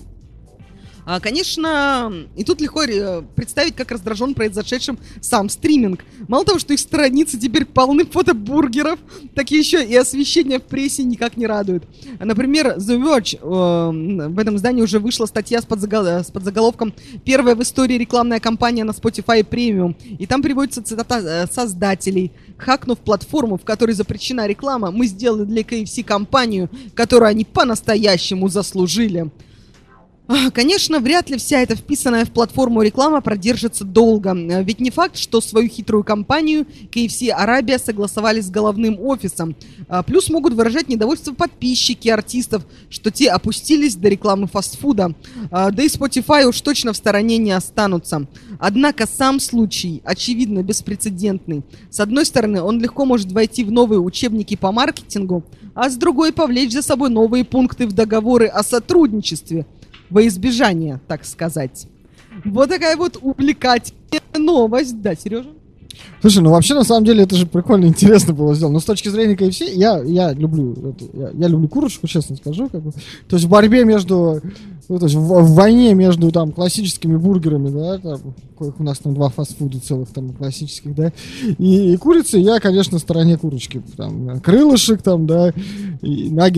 Конечно, и тут легко представить, как раздражен произошедшим сам стриминг. Мало того, что их страницы теперь полны фото бургеров, так еще и освещение в прессе никак не радует. Например, The Verge, в этом издании уже вышла статья с подзаголовком «Первая в истории рекламная кампания на Spotify Premium». И там приводится цитата создателей. «Хакнув платформу, в которой запрещена реклама, мы сделали для KFC компанию, которую они по-настоящему заслужили». Конечно, вряд ли вся эта вписанная в платформу реклама продержится долго. Ведь не факт, что свою хитрую кампанию KFC Арабия согласовали с головным офисом. Плюс могут выражать недовольство подписчики артистов, что те опустились до рекламы фастфуда. Да и Spotify уж точно в стороне не останутся. Однако сам случай, очевидно, беспрецедентный. С одной стороны, он легко может войти в новые учебники по маркетингу, а с другой повлечь за собой новые пункты в договоры о сотрудничестве. Во избежание, так сказать. Вот такая вот увлекательная новость. Да, Сережа? Слушай, ну вообще, на самом деле, это же прикольно, интересно было сделано. Но с точки зрения KFC, я люблю курочку, честно скажу. Как бы. То есть в борьбе между... то есть в войне между там классическими бургерами, да, там, у нас там 2 фастфуда целых там классических, да, и курицей, я, конечно, на стороне курочки. Там крылышек, там, да, и наггетсов.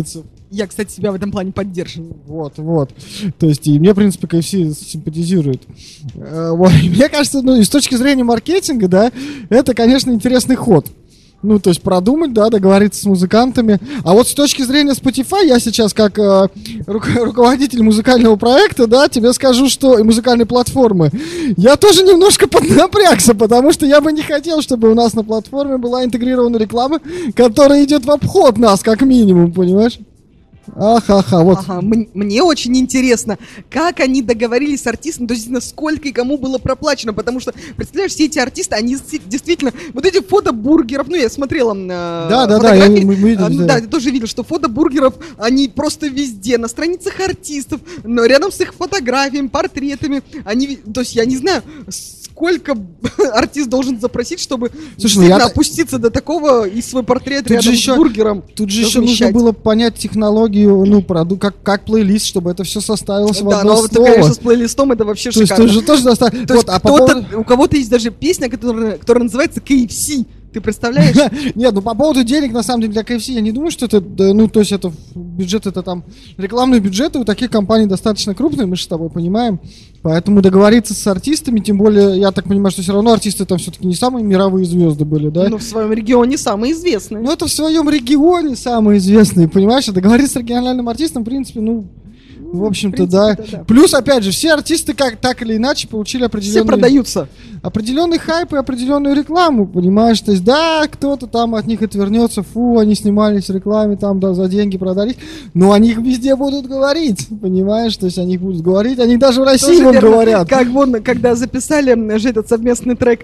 Я, кстати, себя в этом плане поддерживаю. Вот. То есть, и мне, в принципе, KFC симпатизирует. Вот. И мне кажется, ну, и с точки зрения маркетинга, да, это, конечно, интересный ход. Ну, то есть продумать, да, договориться с музыкантами. А вот с точки зрения Spotify, я сейчас как руководитель музыкального проекта, да, тебе скажу, что и музыкальной платформы, я тоже немножко поднапрягся, потому что я бы не хотел, чтобы у нас на платформе была интегрирована реклама, которая идет в обход нас, как минимум, понимаешь? Ага, вот. Ага, мне очень интересно, как они договорились с артистами, то есть насколько и кому было проплачено, потому что, представляешь, все эти артисты, они действительно, вот эти фото бургеров, ну, я смотрела фотографии, мы видели, да, я тоже видел, что фото бургеров, они просто везде, на страницах артистов, но рядом с их фотографиями, портретами, они, то есть я не знаю, сколько артист должен запросить, чтобы действительно опуститься до такого и свой портрет тут рядом с бургером. Тут же еще нужно было понять технологию, ну, как плейлист, чтобы это все составилось в одно слово. Да, но, конечно, с плейлистом это вообще шикарно. То есть тоже достаточно. То есть у кого-то есть даже песня, которая называется KFC. Ты представляешь? Нет, ну по поводу денег, на самом деле, для KFC, я не думаю, что это, ну, то есть это бюджет, это там рекламные бюджеты у таких компаний достаточно крупные, мы же с тобой понимаем. Поэтому договориться с артистами, тем более, я так понимаю, что все равно артисты там все-таки не самые мировые звезды были, да? Ну, в своем регионе самые известные. Ну, это в своем регионе самые известные, понимаешь? А договориться с региональным артистом, в принципе, ну... В общем-то, да. Плюс, опять же, все артисты так или иначе получили определенный... Все продаются. Определенный хайп и определенную рекламу, понимаешь? То есть, да, кто-то там от них отвернется, фу, они снимались в рекламе, там, да, за деньги продались, но о них везде будут говорить, понимаешь? То есть, о них будут говорить, они даже в России вам говорят. Как вот, когда записали же этот совместный трек,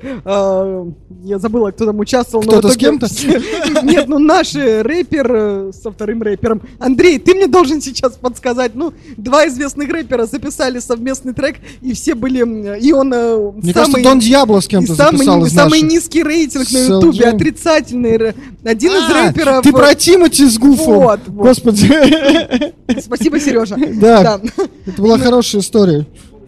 я забыла, кто там участвовал. Кто-то с кем-то? Нет, ну, наш рэпер со вторым рэпером. Андрей, ты мне должен сейчас подсказать, ну, два известных рэпера записали совместный трек, и все были... И он мне кажется, Дон Диабло с кем-то записал из самый низкий рейтинг на Ютубе, отрицательный. Один из рэперов... Ты про Тимати с Гуфом. Вот. Господи. Спасибо, Сережа. Да, это была хорошая история.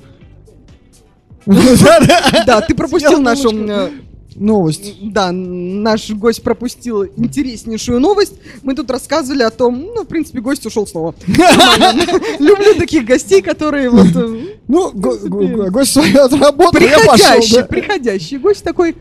Да, ты пропустил нашу... Новость. Да, наш гость пропустил интереснейшую новость. Мы тут рассказывали о том, ну, в принципе, гость ушел снова. Люблю таких гостей, которые вот... Ну, гость свою отработал, я пошел. Приходящий гость такой...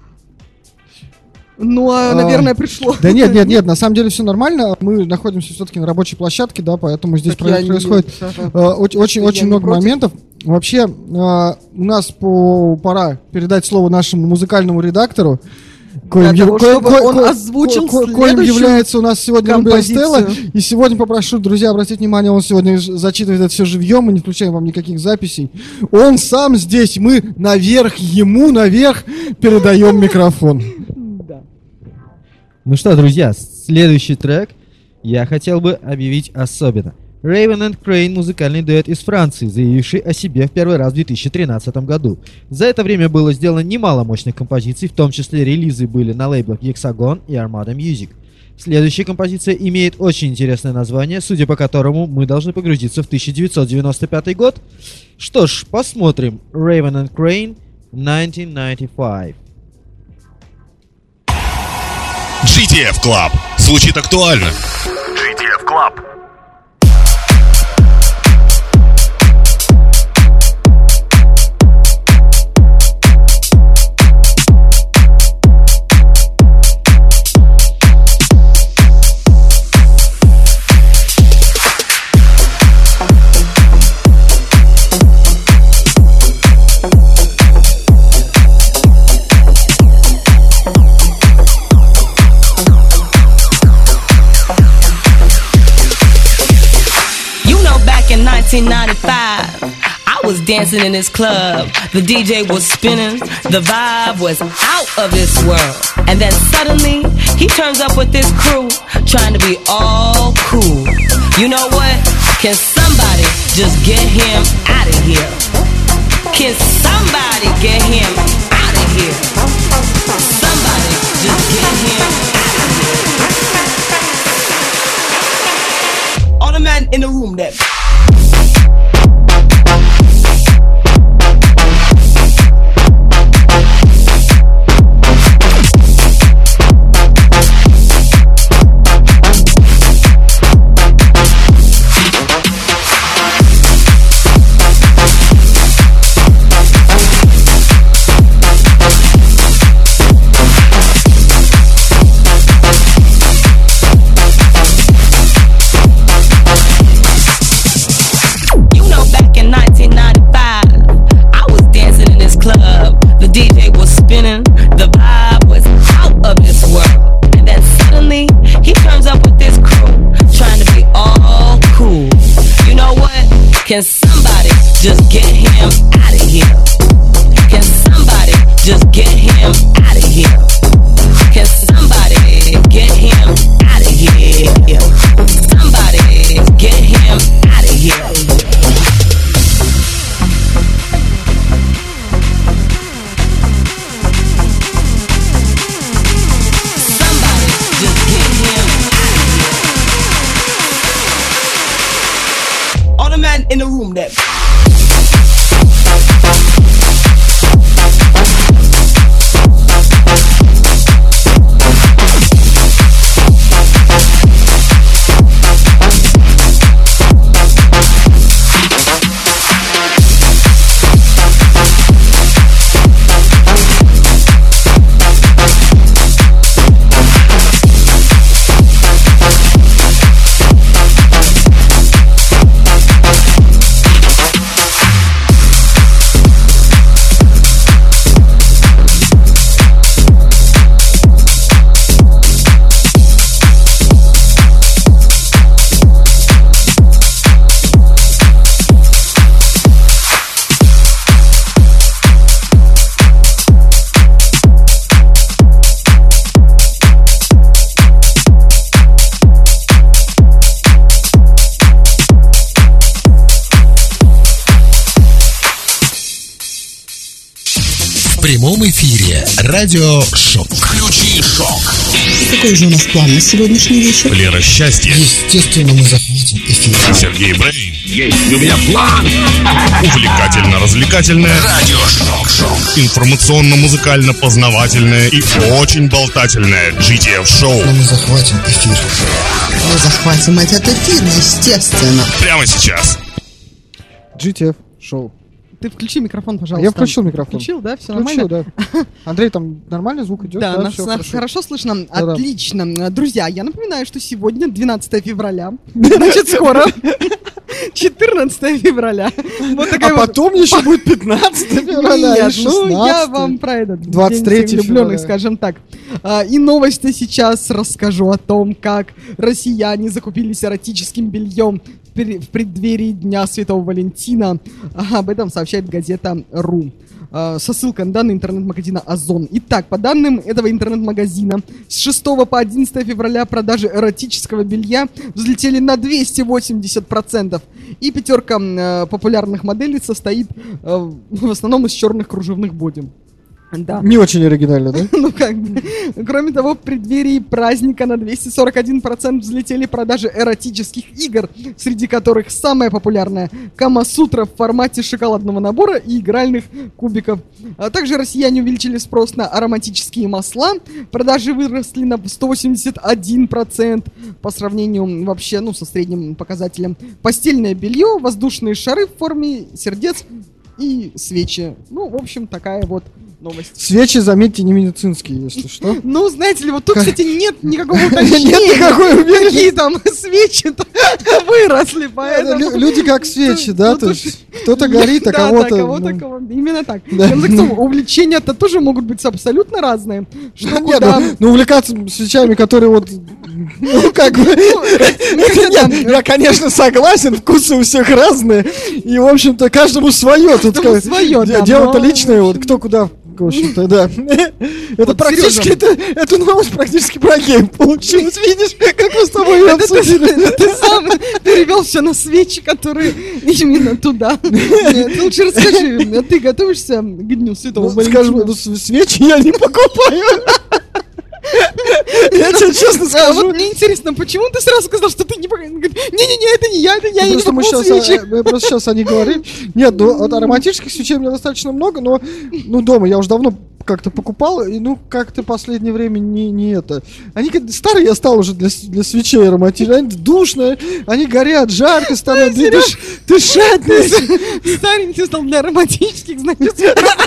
Ну, наверное, пришло. Да нет, на самом деле все нормально. Мы находимся все-таки на рабочей площадке, да, поэтому здесь происходит очень много моментов. Вообще, у нас пора передать слово нашему музыкальному редактору, коим является у нас сегодня Рубен Стелла. И сегодня попрошу, друзья, обратить внимание, он сегодня зачитывает это все живьем, мы не включаем вам никаких записей. Он сам здесь, мы ему наверх передаем микрофон. Ну что, друзья, следующий трек я хотел бы объявить особенно. Raven and Crane — музыкальный дуэт из Франции, заявивший о себе в первый раз в 2013 году. За это время было сделано немало мощных композиций, в том числе релизы были на лейблах Hexagon и Armada Music. Следующая композиция имеет очень интересное название, судя по которому мы должны погрузиться в 1995 год. Что ж, посмотрим. Raven and Crane, 1995. GTF Club. Звучит актуально. GTF Club. I was dancing in this club, the DJ was spinning, the vibe was out of this world. And then suddenly, he turns up with this crew, trying to be all cool. You know what? Can somebody just get him out of here? Can somebody get him out of here? Somebody just get him out of here. All the men in the room that... Can somebody just get him out of here? Can somebody just get him out of here? Can somebody get him out of here? Somebody get him out of here. In the room that В прямом эфире радиошок. Включи шок. И какой же у нас план на сегодняшний вечер? Лера Счастье. Естественно, мы захватим эфир. Сергей Брейн. Есть у меня план. Увлекательно-развлекательное. Радиошок. Информационно-музыкально-познавательное и очень болтательное GTF-шоу. Но мы захватим эфир. Мы захватим этот эфир, естественно. Прямо сейчас. GTF шоу. Ты включи микрофон, пожалуйста. Я включил микрофон. Включил, да? Все Включил, нормально? да. Андрей, там нормальный звук идет? Да, нас всё хорошо слышно. Да-да. Отлично. Друзья, я напоминаю, что сегодня 12 февраля. Значит, скоро. 14 февраля. Вот такая А вот... потом еще будет 15 февраля. Нет, ну я вам про этот 23 День влюбленных, февраля. скажем так. И новости сейчас расскажу о том, как россияне закупились эротическим бельем в преддверии Дня Святого Валентина. Об этом сообщает газета «Ру». Со ссылкой на данные интернет-магазина «Озон». Итак, по данным этого интернет-магазина, с 6 по 11 февраля продажи эротического белья взлетели на 280%. И пятерка популярных моделей состоит в основном из черных кружевных боди. Да. Не очень оригинально, да? Ну как бы. Кроме того, в преддверии праздника на 241% взлетели продажи эротических игр, среди которых самая популярная — Камасутра в формате шоколадного набора и игральных кубиков. А также россияне увеличили спрос на ароматические масла. Продажи выросли на 181% по сравнению вообще, ну, со средним показателем. Постельное белье, воздушные шары в форме сердец и свечи. Ну, в общем, такая вот новость. Свечи, заметьте, не медицинские, если что. Ну, знаете ли, вот тут, кстати, нет никакого уточнения. Нет никакой уверенности. Какие там свечи-то выросли, поэтому... Люди как свечи, да? То есть кто-то горит, а Да, кого-то... кого-то. Именно так. В конце концов, увлечения-то тоже могут быть абсолютно разные. Что Нет, куда... ну увлекаться свечами, которые вот... Ну, как бы... Нет, я, конечно, согласен, вкусы у всех разные. И, в общем-то, каждому свое. Тут свое, да. Дело-то личное, вот кто куда... В общем-то, да. Это Вот, практически, эту новость практически про гейм получилось. Видишь, как мы с тобой ее обсудили. Ты сам перевел все на свечи, которые именно туда. Нет, лучше расскажи, ты готовишься к Дню Святого Валентина? Скажу, свечи я не покупаю. Я тебе честно скажу. Вот мне интересно, почему ты сразу сказал, что ты не... Не-не-не, это не я, не покупал свечи. Просто сейчас они говорили. Нет, ну от ароматических свечей у меня достаточно много, но ну дома я уже давно как-то покупал, и ну как-то в последнее время не это. Они старые я стал уже для свечей ароматических. Они душные, они горят, жарко становится, дышать. Старенький стал для ароматических, значит.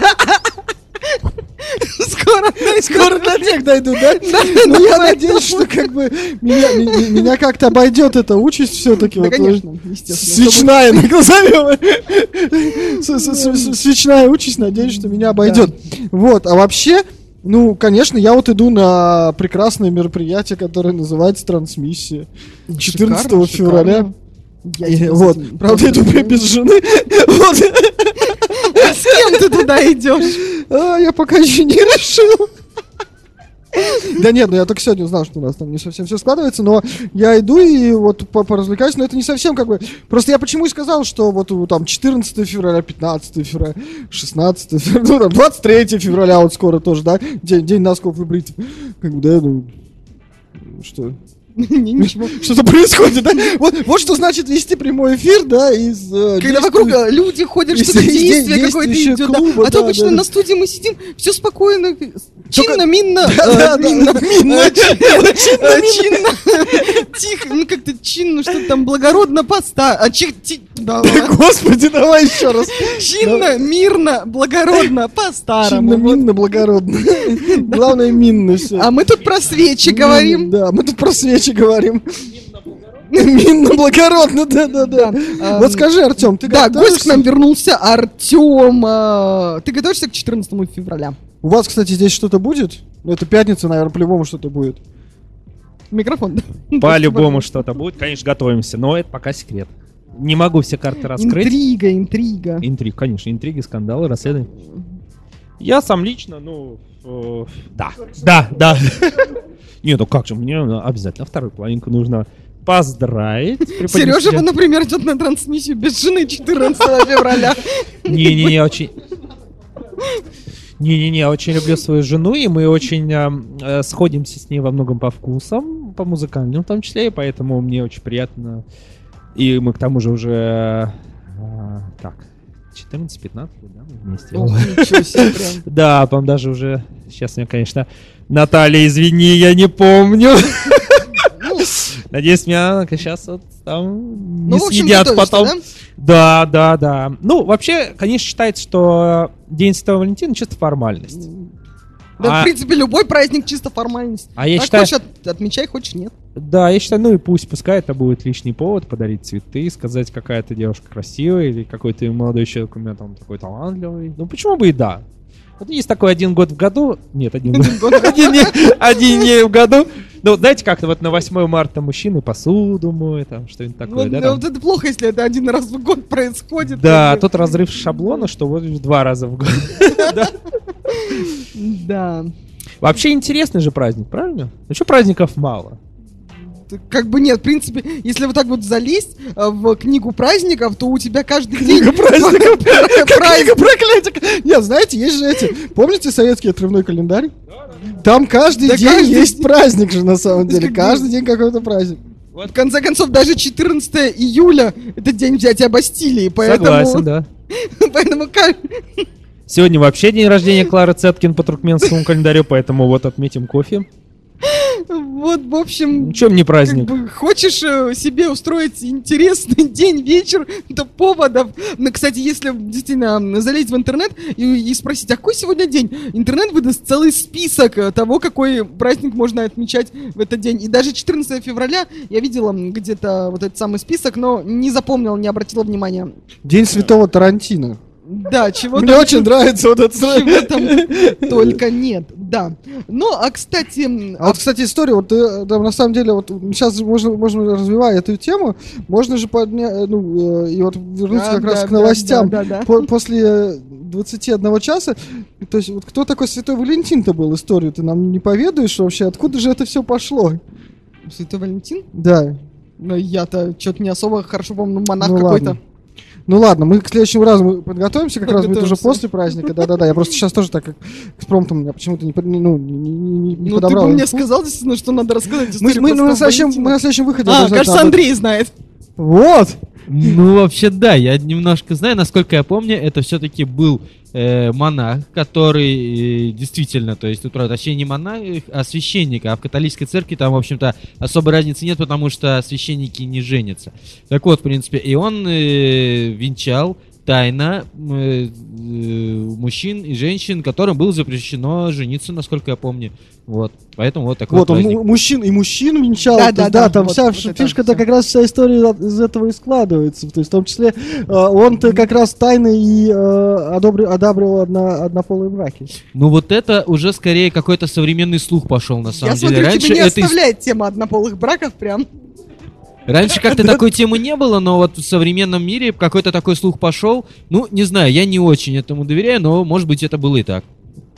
Скоро до тех дойду, да? Ну, я надеюсь, что как бы меня как-то обойдет эта участь все-таки. Да, конечно, естественно. Свечная, назовем. Свечная участь, надеюсь, что меня обойдет. Вот, а вообще, ну, конечно, я вот иду на прекрасное мероприятие, которое называется «Трансмиссия». 14 февраля. Вот, правда, иду без жены. Вот. А с кем ты туда идешь? Я пока еще не решил. Да нет, ну я только сегодня узнал, что у нас там не совсем все складывается, но я иду и вот поразвлекаюсь, но это не совсем как бы... Просто я почему и сказал, что вот там 14 февраля, 15 февраля, 16 февраля, ну там 23 февраля вот скоро тоже, да, день носков и бритв. Как бы, да, ну... Что... Ничего. Что-то происходит, да? Вот что значит вести прямой эфир, да, из... Когда вокруг люди ходят, что-то действие какое-то идет, да. А то обычно на студии мы сидим, все спокойно, чинно, минно, чинно, тихо, ну как-то чинно, что там благородно Господи, давай еще раз. Чинно, мирно, благородно, по-старому. Чинно, минно, благородно. Главное, минно все. А мы тут про свечи говорим. Да, мы тут про свечи говорим. Минно, благородно, да. Вот скажи, Артем, ты готовишься? Да, гость к нам вернулся, Артем. Ты готовишься к 14 февраля? У вас, кстати, здесь что-то будет? Ну, это пятница, наверное, по-любому что-то будет. Микрофон. По-любому что-то будет, конечно, готовимся, но это пока секрет. Не могу все карты раскрыть. Интрига. Интриг, конечно, интриги, скандалы, расследования. Я сам лично, да. Нет, ну как же, мне обязательно вторую половинку нужно поздравить. Сережа, например, идет на трансмиссию без жены 14 февраля. Не-не-не, очень... Не-не-не, я очень люблю свою жену, и мы очень сходимся с ней во многом по вкусам, по музыкальным в том числе, и поэтому мне очень приятно. И мы к тому же уже 14-15 лет, да, мы вместе. Ничего себе, прям. Да, по-моему, даже уже, сейчас мне, конечно, Наталья, извини, я не помню. Надеюсь, меня сейчас вот там не съедят потом. Да. Ну, вообще, конечно, считается, что День Святого Валентина чисто формальность. Да, в принципе, любой праздник чисто формальность. А я так считаю... хочешь отмечай, хочешь нет. Да, я считаю, ну и пускай это будет лишний повод подарить цветы, сказать, какая ты девушка красивая, или какой ты молодой человек у меня там такой талантливый. Ну почему бы и да. Вот есть такой один год в году. Нет, один день в году. Ну, знаете, как-то вот на 8 марта мужчины посуду моют, там что-нибудь такое, да? Вот это плохо, если это один раз в год происходит. Да, тут разрыв шаблона, что вот 2 раза в год. Да. Вообще интересный же праздник, правильно? Ну что праздников мало? Как бы нет, в принципе, если вот так вот залезть в книгу праздников, то у тебя каждый день... Книга праздников? Книга проклятия! Нет, знаете, есть же эти... Помните советский отрывной календарь? Там каждый день есть праздник же, на самом деле. Каждый день какой-то праздник. В конце концов, даже 14 июля — это день взятия Бастилии, поэтому... Согласен, да. Поэтому... Сегодня вообще день рождения Клары Цеткин по туркменскому календарю, поэтому вот отметим кофе. Вот, в общем... Чем не праздник? Как бы, хочешь себе устроить интересный день, вечер, то поводов. Ну, кстати, если действительно залезть в интернет и спросить, а какой сегодня день, интернет выдаст целый список того, какой праздник можно отмечать в этот день. И даже 14 февраля я видела где-то вот этот самый список, но не запомнила, не обратила внимания. День Святого Тарантино. Да, чего мне очень нравится вот это. Чего там только нет, да. Ну, а кстати... А вот, кстати, история, вот да, на самом деле, вот сейчас можно развивая эту тему, можно же и вот вернуться как раз к новостям. После 21 часа, то есть вот кто такой Святой Валентин-то был, историю ты нам не поведаешь вообще, откуда же это все пошло? Святой Валентин? Да. Ну, я-то что-то не особо хорошо помню, монах какой-то. Ну ладно, мы к следующему разу мы подготовимся, как раз будет уже после праздника. Да-да-да, я просто сейчас тоже так как экспромтом я почему-то не подобрал. Ну ты бы мне сказал, действительно, что надо рассказать историю. Мы на следующем выходе. Кажется, Андрей знает. Вот! Ну, вообще, да, я немножко знаю, насколько я помню, это все-таки был монах, который действительно, то есть, тут, правда, точнее, не монах, а священник, а в католической церкви там, в общем-то, особой разницы нет, потому что священники не женятся. Так вот, в принципе, и он венчал тайно мужчин и женщин, которым было запрещено жениться, насколько я помню. Вот, поэтому вот такой вот праздник. Он мужчин венчал, да, там вот, вся фишка-то как раз вся история из этого и складывается. То есть в том числе он-то как раз тайно и одабривал однополые браки. Ну вот это уже скорее какой-то современный слух пошел на самом деле. Я смотрю, раньше тебя не оставляет тема однополых браков прям. Раньше как-то такой темы не было, но вот в современном мире какой-то такой слух пошел. Ну, не знаю, я не очень этому доверяю, но, может быть, это было и так.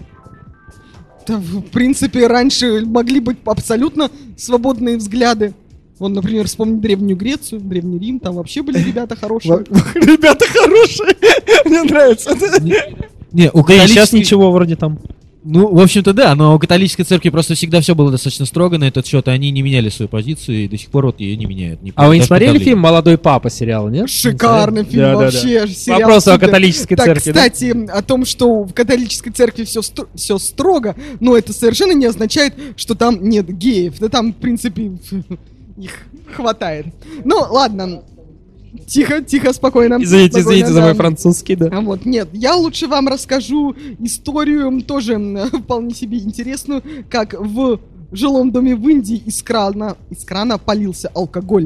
Да, в принципе, раньше могли быть абсолютно свободные взгляды. Вон, например, вспомнить Древнюю Грецию, Древний Рим, там вообще были ребята хорошие. Ребята хорошие, мне нравится. Не, у Да и сейчас католической... ничего вроде там. Ну, в общем-то, да, но у католической церкви просто всегда все было достаточно строго на этот счет, и они не меняли свою позицию, и до сих пор вот ее не меняют. А вы не даже смотрели под давлением. фильм «Молодой папа» сериал, нет? Шикарный фильм Да, да, вообще. да. Сериал Вопрос о супер. католической Так, церкви, да? кстати, о том, что в католической церкви все строго, но это совершенно не означает, что там нет геев. Да там, в принципе, их хватает. Ну, ладно. Тихо, тихо, спокойно. Извините Спокойно, за мой французский, да. А вот, нет, я лучше вам расскажу историю, тоже вполне себе интересную, как в жилом доме в Индии из крана полился алкоголь.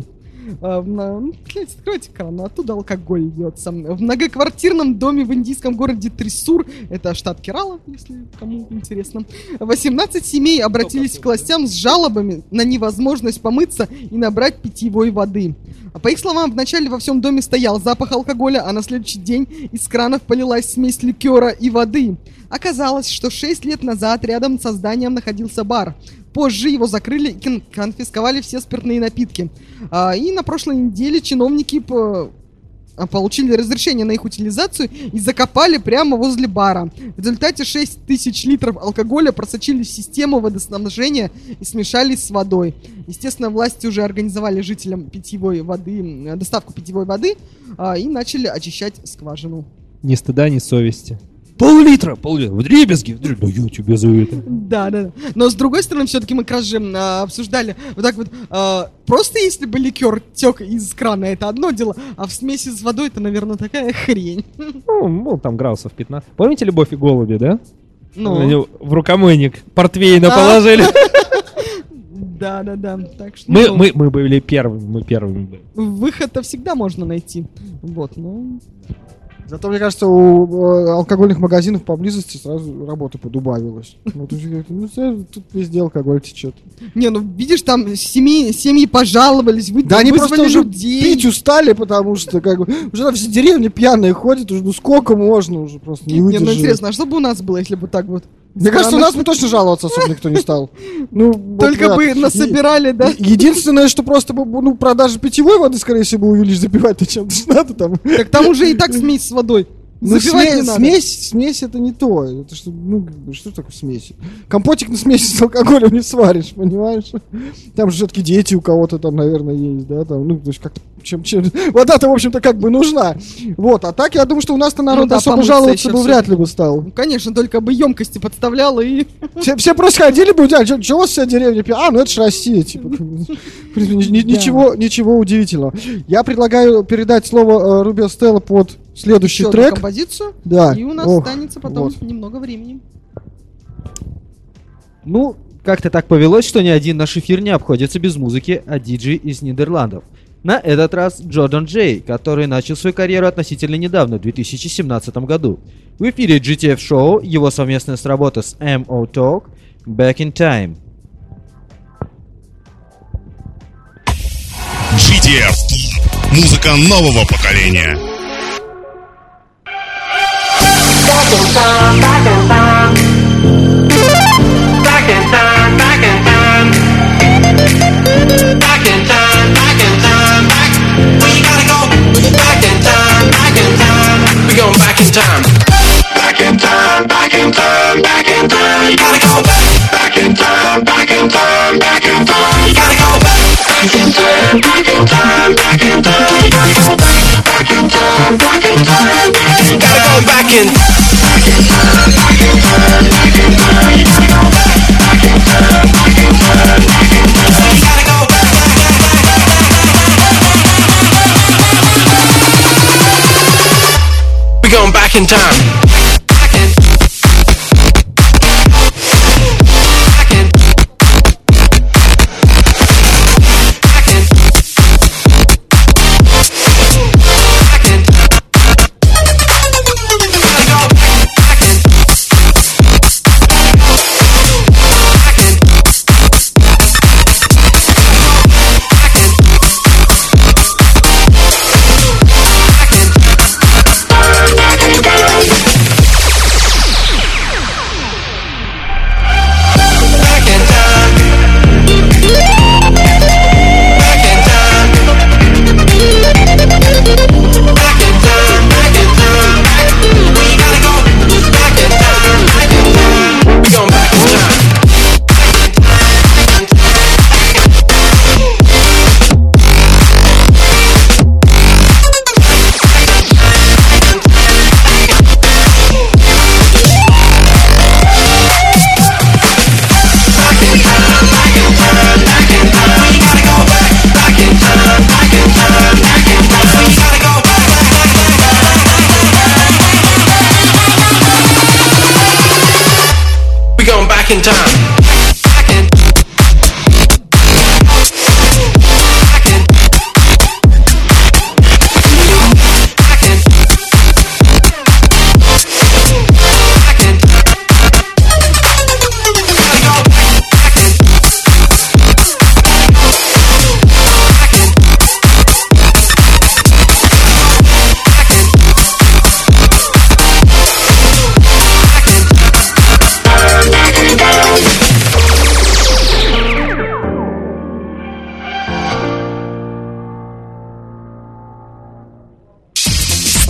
Откройте кран, оттуда алкоголь льется. В многоквартирном доме в индийском городе Трисур, это штат Керала, если кому интересно, 18 семей обратились к властям с жалобами на невозможность помыться и набрать питьевой воды. По их словам, вначале во всем доме стоял запах алкоголя, а на следующий день из кранов полилась смесь ликера и воды. Оказалось, что 6 лет назад рядом со зданием находился бар. Позже его закрыли и конфисковали все спиртные напитки. И на прошлой неделе чиновники получили разрешение на их утилизацию и закопали прямо возле бара. В результате 6 тысяч литров алкоголя просочились в систему водоснабжения и смешались с водой. Естественно, власти уже организовали жителям питьевой воды, доставку питьевой воды и начали очищать скважину. Ни стыда, ни совести. Пол-литра, вдребезги, да я тебе за это. Да. Но с другой стороны, все-таки мы как раз же обсуждали вот так вот, просто если бы ликер тек из крана, это одно дело, а в смеси с водой это, наверное, такая хрень. Ну, там градусов 15. Помните «Любовь и голуби», да? Ну. Они в рукомойник портвейна положили. Да. Так что Мы были первыми, мы первыми были. выход-то всегда можно найти. Вот, ну. Зато, мне кажется, у алкогольных магазинов поблизости сразу работа подубавилась. Тут везде алкоголь течет. Не, ну видишь, там семьи пожаловались, Да они просто уже людей. пить устали, потому что как бы уже там все деревни пьяные ходят, уже ну сколько можно, уже просто не Не, ну выдерживают. интересно, а что бы у нас было, если бы так вот? Мне кажется, у нас бы точно жаловаться особо никто не стал. Ну, Только вот, бы насобирали, да? Единственное, что просто бы, продажи питьевой воды, скорее всего, увеличить, запивать-то чем-то надо там. Так там уже и так смесь с водой. Ну, Запивать не надо. смесь это не то. Это что, что такое смесь? Компотик на смеси с алкоголем не сваришь, понимаешь? Там же все-таки дети у кого-то там, наверное, есть, да? Там, ну, то есть как-то вода-то, в общем-то, как бы нужна. Вот, а так я думаю, что у нас-то народ да, особо помыться жаловаться еще бы вряд ли бы стал. Ну, конечно, только бы емкости подставляла и... Все просто ходили бы, что у вас вся деревня пьет? Ну это ж Россия, типа. В принципе, ничего удивительного. Я предлагаю передать слово Рубио Стелла под следующий еще трек. одну композицию, Да. и у нас останется потом немного времени. Ну, как-то так повелось, что ни один наш эфир не обходится без музыки от диджей из Нидерландов. На этот раз Джордан Джей, который начал свою карьеру относительно недавно, в 2017 году. В эфире GTF Show, его совместная работа с MO Talk, Back in Time. GTF. Музыка нового поколения. We going back in time. Back in time, back in time, back in time. You gotta go back in time, back in time, back in time. You gotta go back in time, back in time, back in time. You gotta go back in time, back in time. You gotta go back in time, back in time, back in time. You gotta go back in time, back in time, back in time. You gotta go back. We going back in time.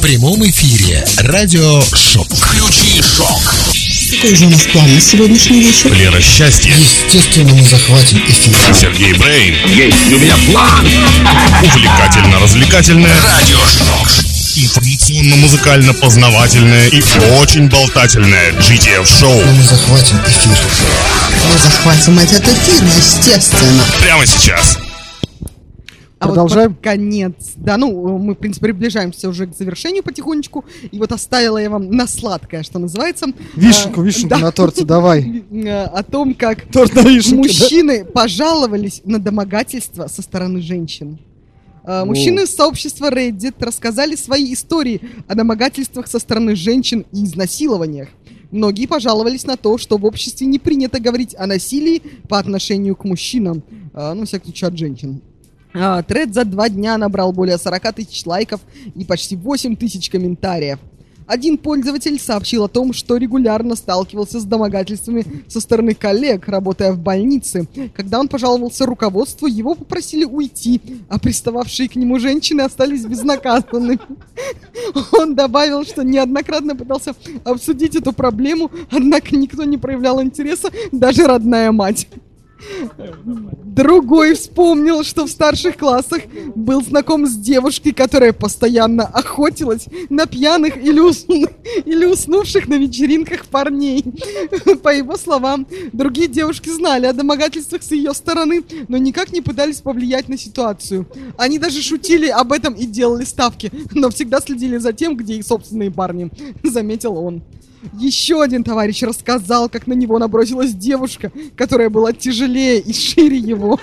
прямом эфире радио ШОК. Включи ШОК. Какой же у нас план на сегодняшний вечер? Лера Счастье. Естественно, мы захватим эфир. Сергей Брейн. Есть у меня план. Увлекательно-развлекательное. Радио ШОК. Информационно-музыкально-познавательное и очень болтательное GTF-шоу. Мы захватим эфир. Мы захватим этот эфир, естественно. Прямо сейчас. Продолжаем? Вот под конец. Да, ну, мы, в принципе, приближаемся уже к завершению потихонечку. И вот оставила я вам на сладкое, что называется. Вишенку да. на торте, давай. О том, как Торт на вишенке, мужчины пожаловались на домогательства со стороны женщин. Мужчины из сообщества Reddit рассказали свои истории о домогательствах со стороны женщин и изнасилованиях. Многие пожаловались на то, что в обществе не принято говорить о насилии по отношению к мужчинам. Ну, во всяком случае, от женщин. Тред за 2 дня набрал более 40 тысяч лайков и почти 8 тысяч комментариев. Один пользователь сообщил о том, что регулярно сталкивался с домогательствами со стороны коллег, работая в больнице. Когда он пожаловался руководству, его попросили уйти, а пристававшие к нему женщины остались безнаказанными. Он добавил, что неоднократно пытался обсудить эту проблему, однако никто не проявлял интереса, даже родная мать. Другой вспомнил, что в старших классах был знаком с девушкой, которая постоянно охотилась на пьяных или уснувших на вечеринках парней. По его словам, другие девушки знали о домогательствах с ее стороны, но никак не пытались повлиять на ситуацию. Они даже шутили об этом и делали ставки, но всегда следили за тем, где их собственные парни, заметил он. Еще один товарищ рассказал, как на него набросилась девушка, которая была тяжелее и шире его.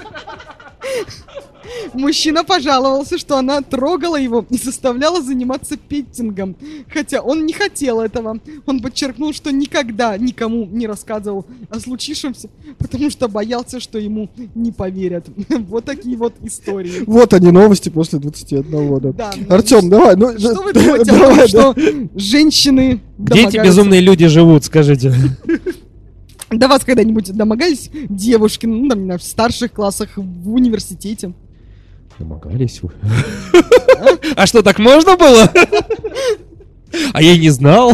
Мужчина пожаловался, что она трогала его и заставляла заниматься петтингом, хотя он не хотел этого. Он подчеркнул, что никогда никому не рассказывал о случившемся, потому что боялся, что ему не поверят. Вот такие вот истории. Вот они, новости после 21 года. Да. Артем, давай. Ну, что вы думаете о том, что женщины Где эти безумные люди живут, скажите? До вас когда-нибудь домогались девушки, ну, там, в старших классах, в университете? Домогались вы? А что, так можно было? А я не знал.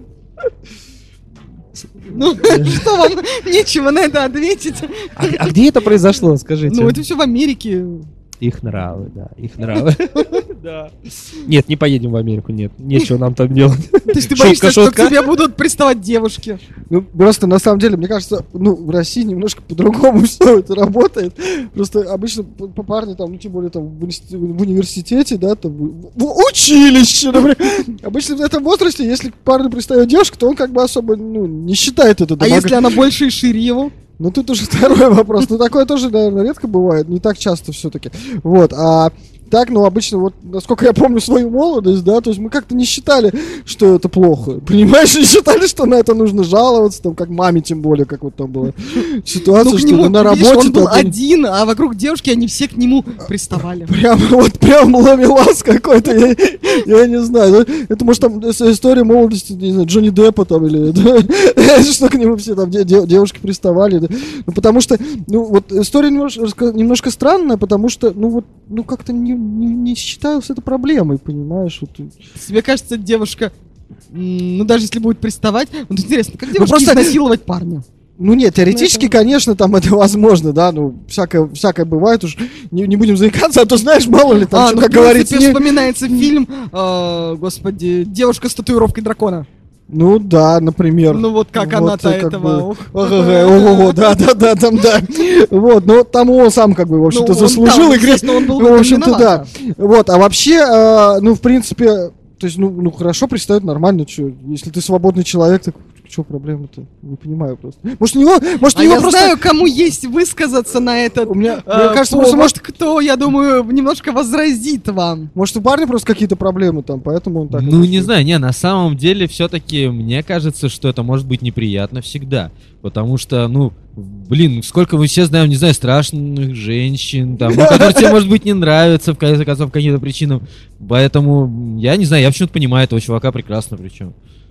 Ну, что вам, нечего на это ответить. А где это произошло, скажите? Ну, это все в Америке. Их нравы, да, их нравы. Да. Нет, не поедем в Америку, нет. Нечего нам там делать. То есть ты боишься, что к тебе будут приставать девушки? Ну, просто на самом деле, мне кажется, ну, в России немножко по-другому все это работает. Просто обычно по парни там, ну, тем более там в университете, да, там, в училище, например. Обычно в этом возрасте, если к парню пристает девушка, то он как бы особо, ну, не считает это домогательством. А если она больше и шире его? Ну, тут уже второй вопрос. Ну, такое тоже, наверное, редко бывает. Не так часто все-таки. Вот. А так, ну, обычно, вот, насколько я помню свою молодость, да, то есть мы как-то не считали, что это плохо. Понимаешь, не считали, что на это нужно жаловаться, там, как маме, тем более, как вот там была ситуация, ну, что нему, на работе... Видишь, он был там, один, а вокруг девушки они все к нему приставали. Прям ловелас какой-то, я не знаю. Это, может, там история молодости, не знаю, Джонни Деппа там, или что к нему все там девушки приставали. Ну, потому что, ну, вот история немножко странная, потому что, ну, вот, ну, как-то не считалось это проблемой, понимаешь? Вот. Тебе кажется, девушка, ну, даже если будет приставать, вот интересно, как девушка изнасиловать парня? Ну нет, теоретически, конечно, там это возможно, да, ну, всякое бывает уж, не будем заикаться, а то, знаешь, мало ли там, что, ну, как говорится... в принципе, вспоминается фильм, господи, «Девушка с татуировкой дракона». Ну да, например. Ну вот как вот она-то этого. Ого, да, там, да. Вот, но там он сам как бы, в общем-то, заслужил. И, в общем-то, да. Вот, а вообще, ну, в принципе, то есть, ну, хорошо, пристает нормально, что, если ты свободный человек, так что проблема-то? Не понимаю просто. Может, я просто... знаю, кому есть высказаться на этот мне кажется, повод, может, кто, я думаю, немножко возразит вам. Может, у парня просто какие-то проблемы там, поэтому он так... Ну, не знаю, на самом деле, все-таки, мне кажется, что это может быть неприятно всегда. Потому что, ну, блин, сколько мы все знаем, не знаю, страшных женщин, там, ну, которые тебе, может быть, не нравятся, в конце концов, по каким-то причинам. Поэтому, я не знаю, я почему-то понимаю этого чувака прекрасно, причем.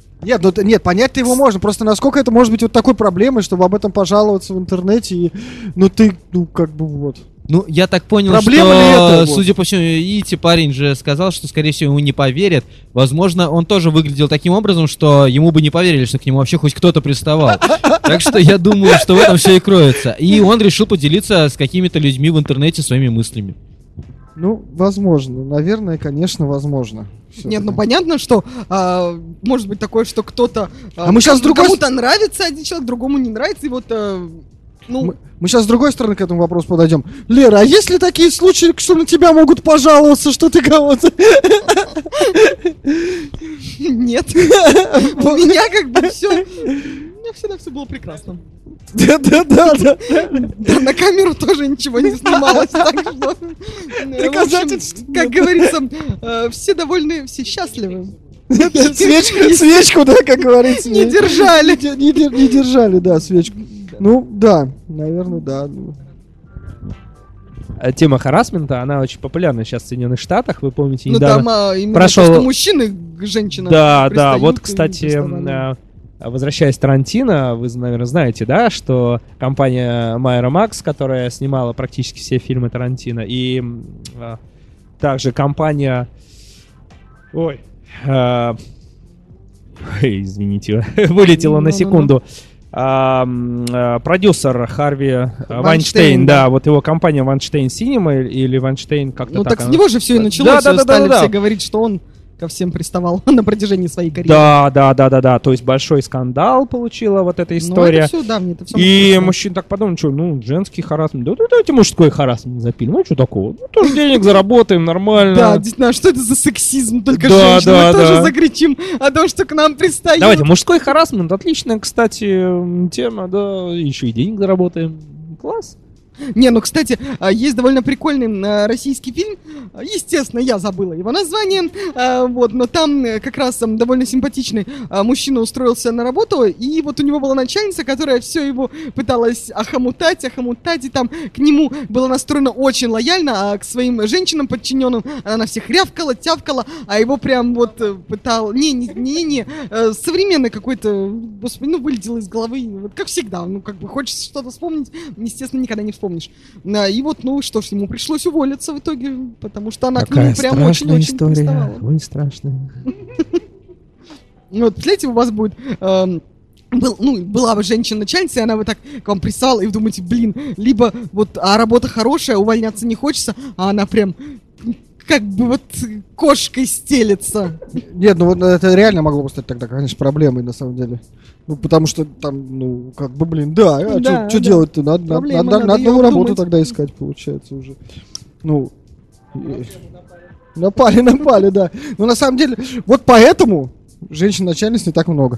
Нет, понять-то его можно. Просто насколько это может быть вот такой проблемой, чтобы об этом пожаловаться в интернете и, ну ты, ну как бы вот. Ну, я так понял, Проблема ли что, это, судя по всему, Ити парень же сказал, что, скорее всего, ему не поверят. Возможно, он тоже выглядел таким образом, что ему бы не поверили, что к нему вообще хоть кто-то приставал. Так что я думаю, что в этом все и кроется. И он решил поделиться с какими-то людьми в интернете своими мыслями. Ну, возможно. Наверное, конечно, возможно. Нет, ну понятно, что может быть такое, что кто-то мы сейчас кому-то нравится один человек, другому не нравится, и вот ну... Мы сейчас с другой стороны к этому вопросу подойдем. Лера, а есть ли такие случаи, что на тебя могут пожаловаться, что ты кого-то... Нет. У меня как бы все... У меня всегда все было прекрасно. Да. Да, на камеру тоже ничего не снималось, так что... Доказательств. Как говорится, все довольны, все счастливы. Свечку, да, как говорится. Не держали. Не держали, да, свечку. Ну, да, наверное, да. Тема харассмента, она очень популярна сейчас в Соединенных Штатах. Вы помните, ну, недавно там именно прошел... то, что мужчины к женщинам Да, вот, кстати, возвращаясь к Тарантино, вы, наверное, знаете, да, что компания Майра Макс, которая снимала практически все фильмы Тарантино, и также компания... извините, вылетела на секунду. Продюсер Харви Вайнштейн, да, вот его компания Вайнштейн Cinema или Вайнштейн как-то ну, так. Ну так с него же все и началось, да, стали все говорить, что он ко всем приставал на протяжении своей карьеры. Да, то есть большой скандал получила вот эта история. Ну, это все, да, мне это все. И мужчина так подумал, что, женский харассмент, да давайте мужской харассмент запилим, что такого? Ну, тоже денег заработаем, нормально. Да, действительно, что это за сексизм, только женщины, мы тоже закричим о том, что к нам пристают. Давайте, мужской харассмент, отличная, кстати, тема, да, еще и денег заработаем. Класс. Не, ну, кстати, есть довольно прикольный российский фильм. Естественно, я забыла его название. Вот, но там как раз довольно симпатичный мужчина устроился на работу, и вот у него была начальница, которая все его пыталась охомутать, и там к нему было настроено очень лояльно, а к своим женщинам подчиненным она всех рявкала, тявкала, а его прям вот пытал... Не, современный какой-то, господи, ну, вылетел из головы, вот как всегда, ну, как бы хочется что-то вспомнить, естественно, никогда не вспомнишь. И вот, ну что ж, ему пришлось уволиться в итоге, потому что она какая к нему прям очень-очень приставала. Ой, страшная. Вот, представляете, у вас будет... была бы женщина-начальница, и она вот так к вам приставала, и вы думаете, блин, либо вот работа хорошая, увольняться не хочется, а она прям... как бы вот кошкой стелется. Нет, ну вот это реально могло бы стать тогда, конечно, проблемой, на самом деле. Ну, потому что там, ну, как бы, блин, что делать-то? Надо новую работу тогда искать, получается, уже. Ну, напали, да. Но на самом деле, вот поэтому женщин-начальниц не так много.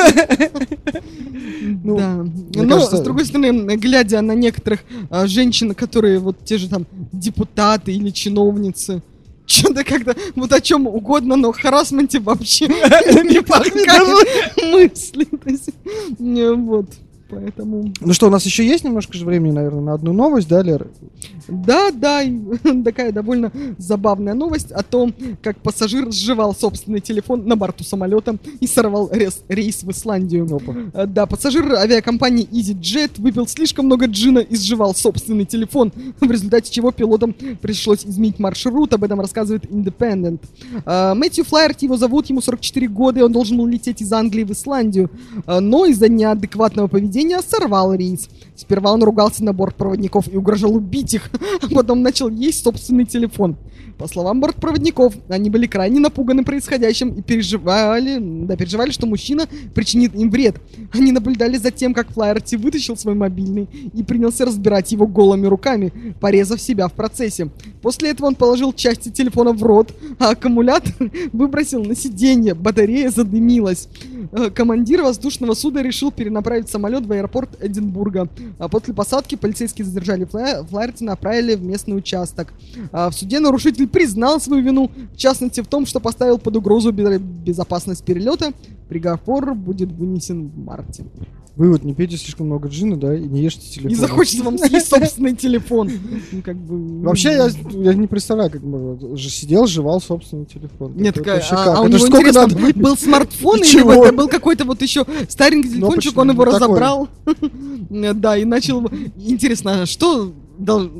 Да. Но, с другой стороны, глядя на некоторых женщин, которые вот те же там депутаты или чиновницы, что-то как-то вот о чем угодно, но о харассменте вообще не пахнет мысли. Вот, поэтому... Ну что, у нас еще есть немножко же времени, наверное, на одну новость, да, Лера? Да, такая довольно забавная новость о том, как пассажир сживал собственный телефон на борту самолета и сорвал рейс в Исландию. Опа. Да, пассажир авиакомпании EasyJet выпил слишком много джина и сживал собственный телефон, в результате чего пилотам пришлось изменить маршрут, об этом рассказывает Independent. Мэтью Флаерти его зовут, ему 44 года, и он должен был лететь из Англии в Исландию, но из-за неадекватного поведения сорвал рейс. Сперва он ругался на бортпроводников и угрожал убить их, а потом начал есть собственный телефон. По словам бортпроводников, они были крайне напуганы происходящим и переживали, что мужчина причинит им вред. Они наблюдали за тем, как Флаерти вытащил свой мобильный и принялся разбирать его голыми руками, порезав себя в процессе. После этого он положил части телефона в рот, а аккумулятор выбросил на сиденье, батарея задымилась. Командир воздушного судна решил перенаправить самолет в аэропорт Эдинбурга. А после посадки полицейские задержали Флаерти и направили в местный участок. В суде нарушитель признал свою вину, в частности в том, что поставил под угрозу безопасность перелета. Приговор будет вынесен в марте. Вы вот не пейте слишком много джина, да, и не ешьте телефон. И захочется вам съесть собственный телефон. Вообще, я не представляю, как можно. Сидел, жевал собственный телефон. Нет, а у него, интересно, был смартфон или это был какой-то вот еще старенький телефончик, он его разобрал. Да, и начал... Интересно, что...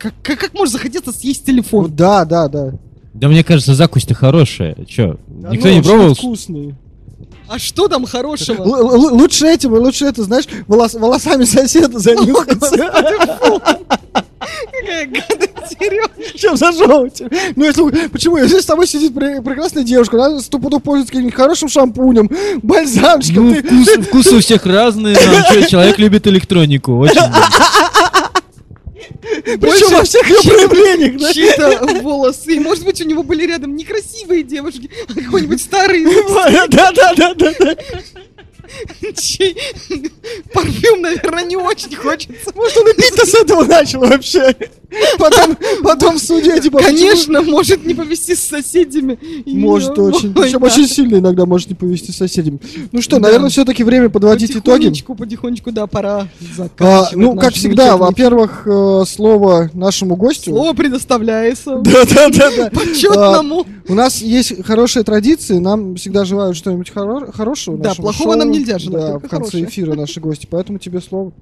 Как может захотеться съесть телефон? Да. Да мне кажется, закусь-то хорошая. Чё, никто Ну, не пробовал? Вкусный. А что там хорошего? Лучше это, знаешь, волосами соседа занюхаться. Какая гадость, Серёж. Чем зажевывать? Ну, это, почему? Если с тобой сидит прекрасная девушка, она стопудов пользуется каким-нибудь хорошим шампунем, бальзамчиком. Ну, вкусы у всех разные, но человек любит электронику. Очень. Причем во всех ее проявлениях, да? Чьи-то волосы. И, может быть, у него были рядом некрасивые девушки, а какой-нибудь старый. Да. Чей парфюм, наверное, не очень хочется. Может, он и пить-то с этого начал вообще. Потом в суде, типа... Конечно, может не повезти с соседями. Может очень. Причем очень сильно иногда может не повезти с соседями. Ну что, наверное, все-таки время подводить итоги. Потихонечку, да, пора заканчивать. Ну, как всегда, во-первых, слово нашему гостю. Слово предоставляется. Да. Почетному. У нас есть хорошие традиции, нам всегда желают что-нибудь хорошего. Да, плохого нам нельзя желать, Да, только в конце хорошее. эфира наши гости, поэтому тебе слово.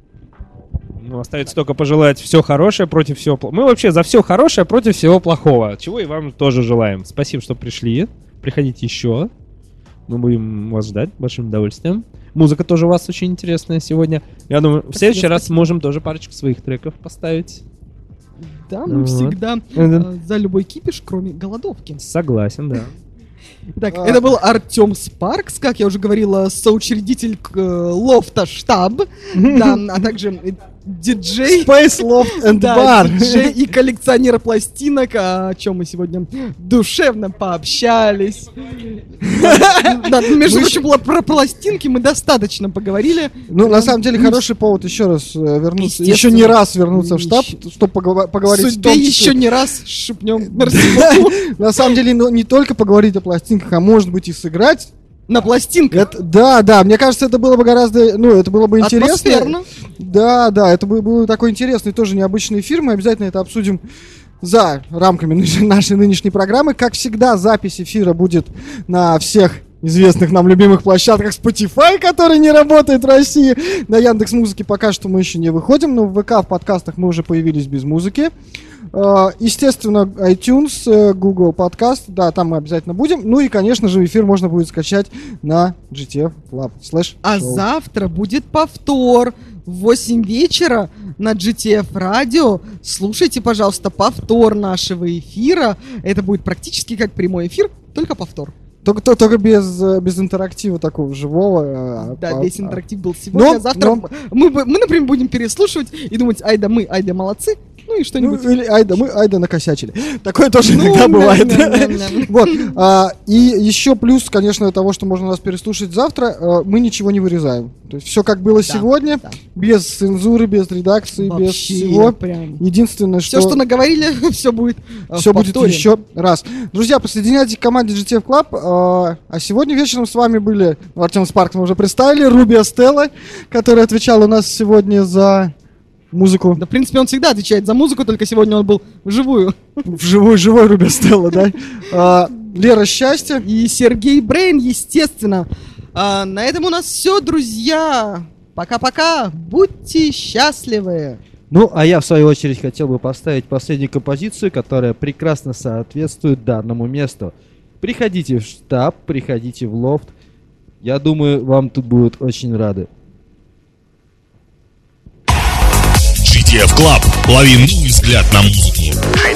Ну, остается только пожелать все хорошее против всего плохого. Мы вообще за все хорошее против всего плохого. Чего и вам тоже желаем. Спасибо, что пришли. Приходите еще. Мы будем вас ждать большим удовольствием. Музыка тоже у вас очень интересная сегодня. Я думаю, в следующий раз сможем тоже парочку своих треков поставить. Да, мы всегда за любой кипиш, кроме голодовки. Согласен, да. Так, это был Артем Спаркс, как я уже говорила, соучредитель лофта «Штаб», да, а также диджей. Space Loft and Да, Bar. диджей и коллекционер пластинок, о чем мы сегодня душевно пообщались. Да, между прочим, про пластинки мы достаточно поговорили. Ну, на самом деле, хороший повод еще раз вернуться, еще не раз вернуться в штаб, чтобы поговорить Судьбе о том, еще не раз шепнем. Мерси. На самом деле, не только поговорить о пластинках, а может быть и сыграть. На пластинках? Да, мне кажется, это было бы гораздо, это было бы интересно. Атмосферно. Да, это был такой интересный, тоже необычный эфир, мы обязательно это обсудим за рамками нашей нынешней программы. Как всегда, запись эфира будет на всех известных нам любимых площадках Spotify, который не работает в России. На Яндекс.Музыке пока что мы еще не выходим, но в ВК, в подкастах мы уже появились без музыки. Естественно, iTunes, Google Podcast, да, там мы обязательно будем. Ну и, конечно же, эфир можно будет скачать на GTF Lab /show. А завтра будет повтор в 8 вечера на GTF радио. Слушайте, пожалуйста, повтор нашего эфира. Это будет практически как прямой эфир, только повтор. Только без интерактива такого живого. Да, весь интерактив был сегодня. Завтра мы, например, будем переслушивать и думать, ай да молодцы. Ну и что-нибудь. Ну, или айда накосячили. Такое тоже иногда бывает. Вот. И еще плюс, конечно, того, что можно нас переслушать завтра, мы ничего не вырезаем. То есть все как было сегодня, без цензуры, без редакции, без всего. Единственное, что... Все, что наговорили, все будет все будет еще раз. Друзья, присоединяйтесь к команде GTF Club. А сегодня вечером с вами были Артем Спаркс, мы уже представили, Руби Стелла, который отвечал у нас сегодня за музыку. Да, в принципе, он всегда отвечает за музыку, только сегодня он был вживую. Живой Руби Стелла, да. Лера Счастье. И Сергей Брейн, естественно. На этом у нас все, друзья. Пока-пока. Будьте счастливы. Ну, а я, в свою очередь, хотел бы поставить последнюю композицию, которая прекрасно соответствует данному месту. Приходите в штаб, приходите в лофт. Я думаю, вам тут будут очень рады. GTF Club. Лови новый взгляд на музыку.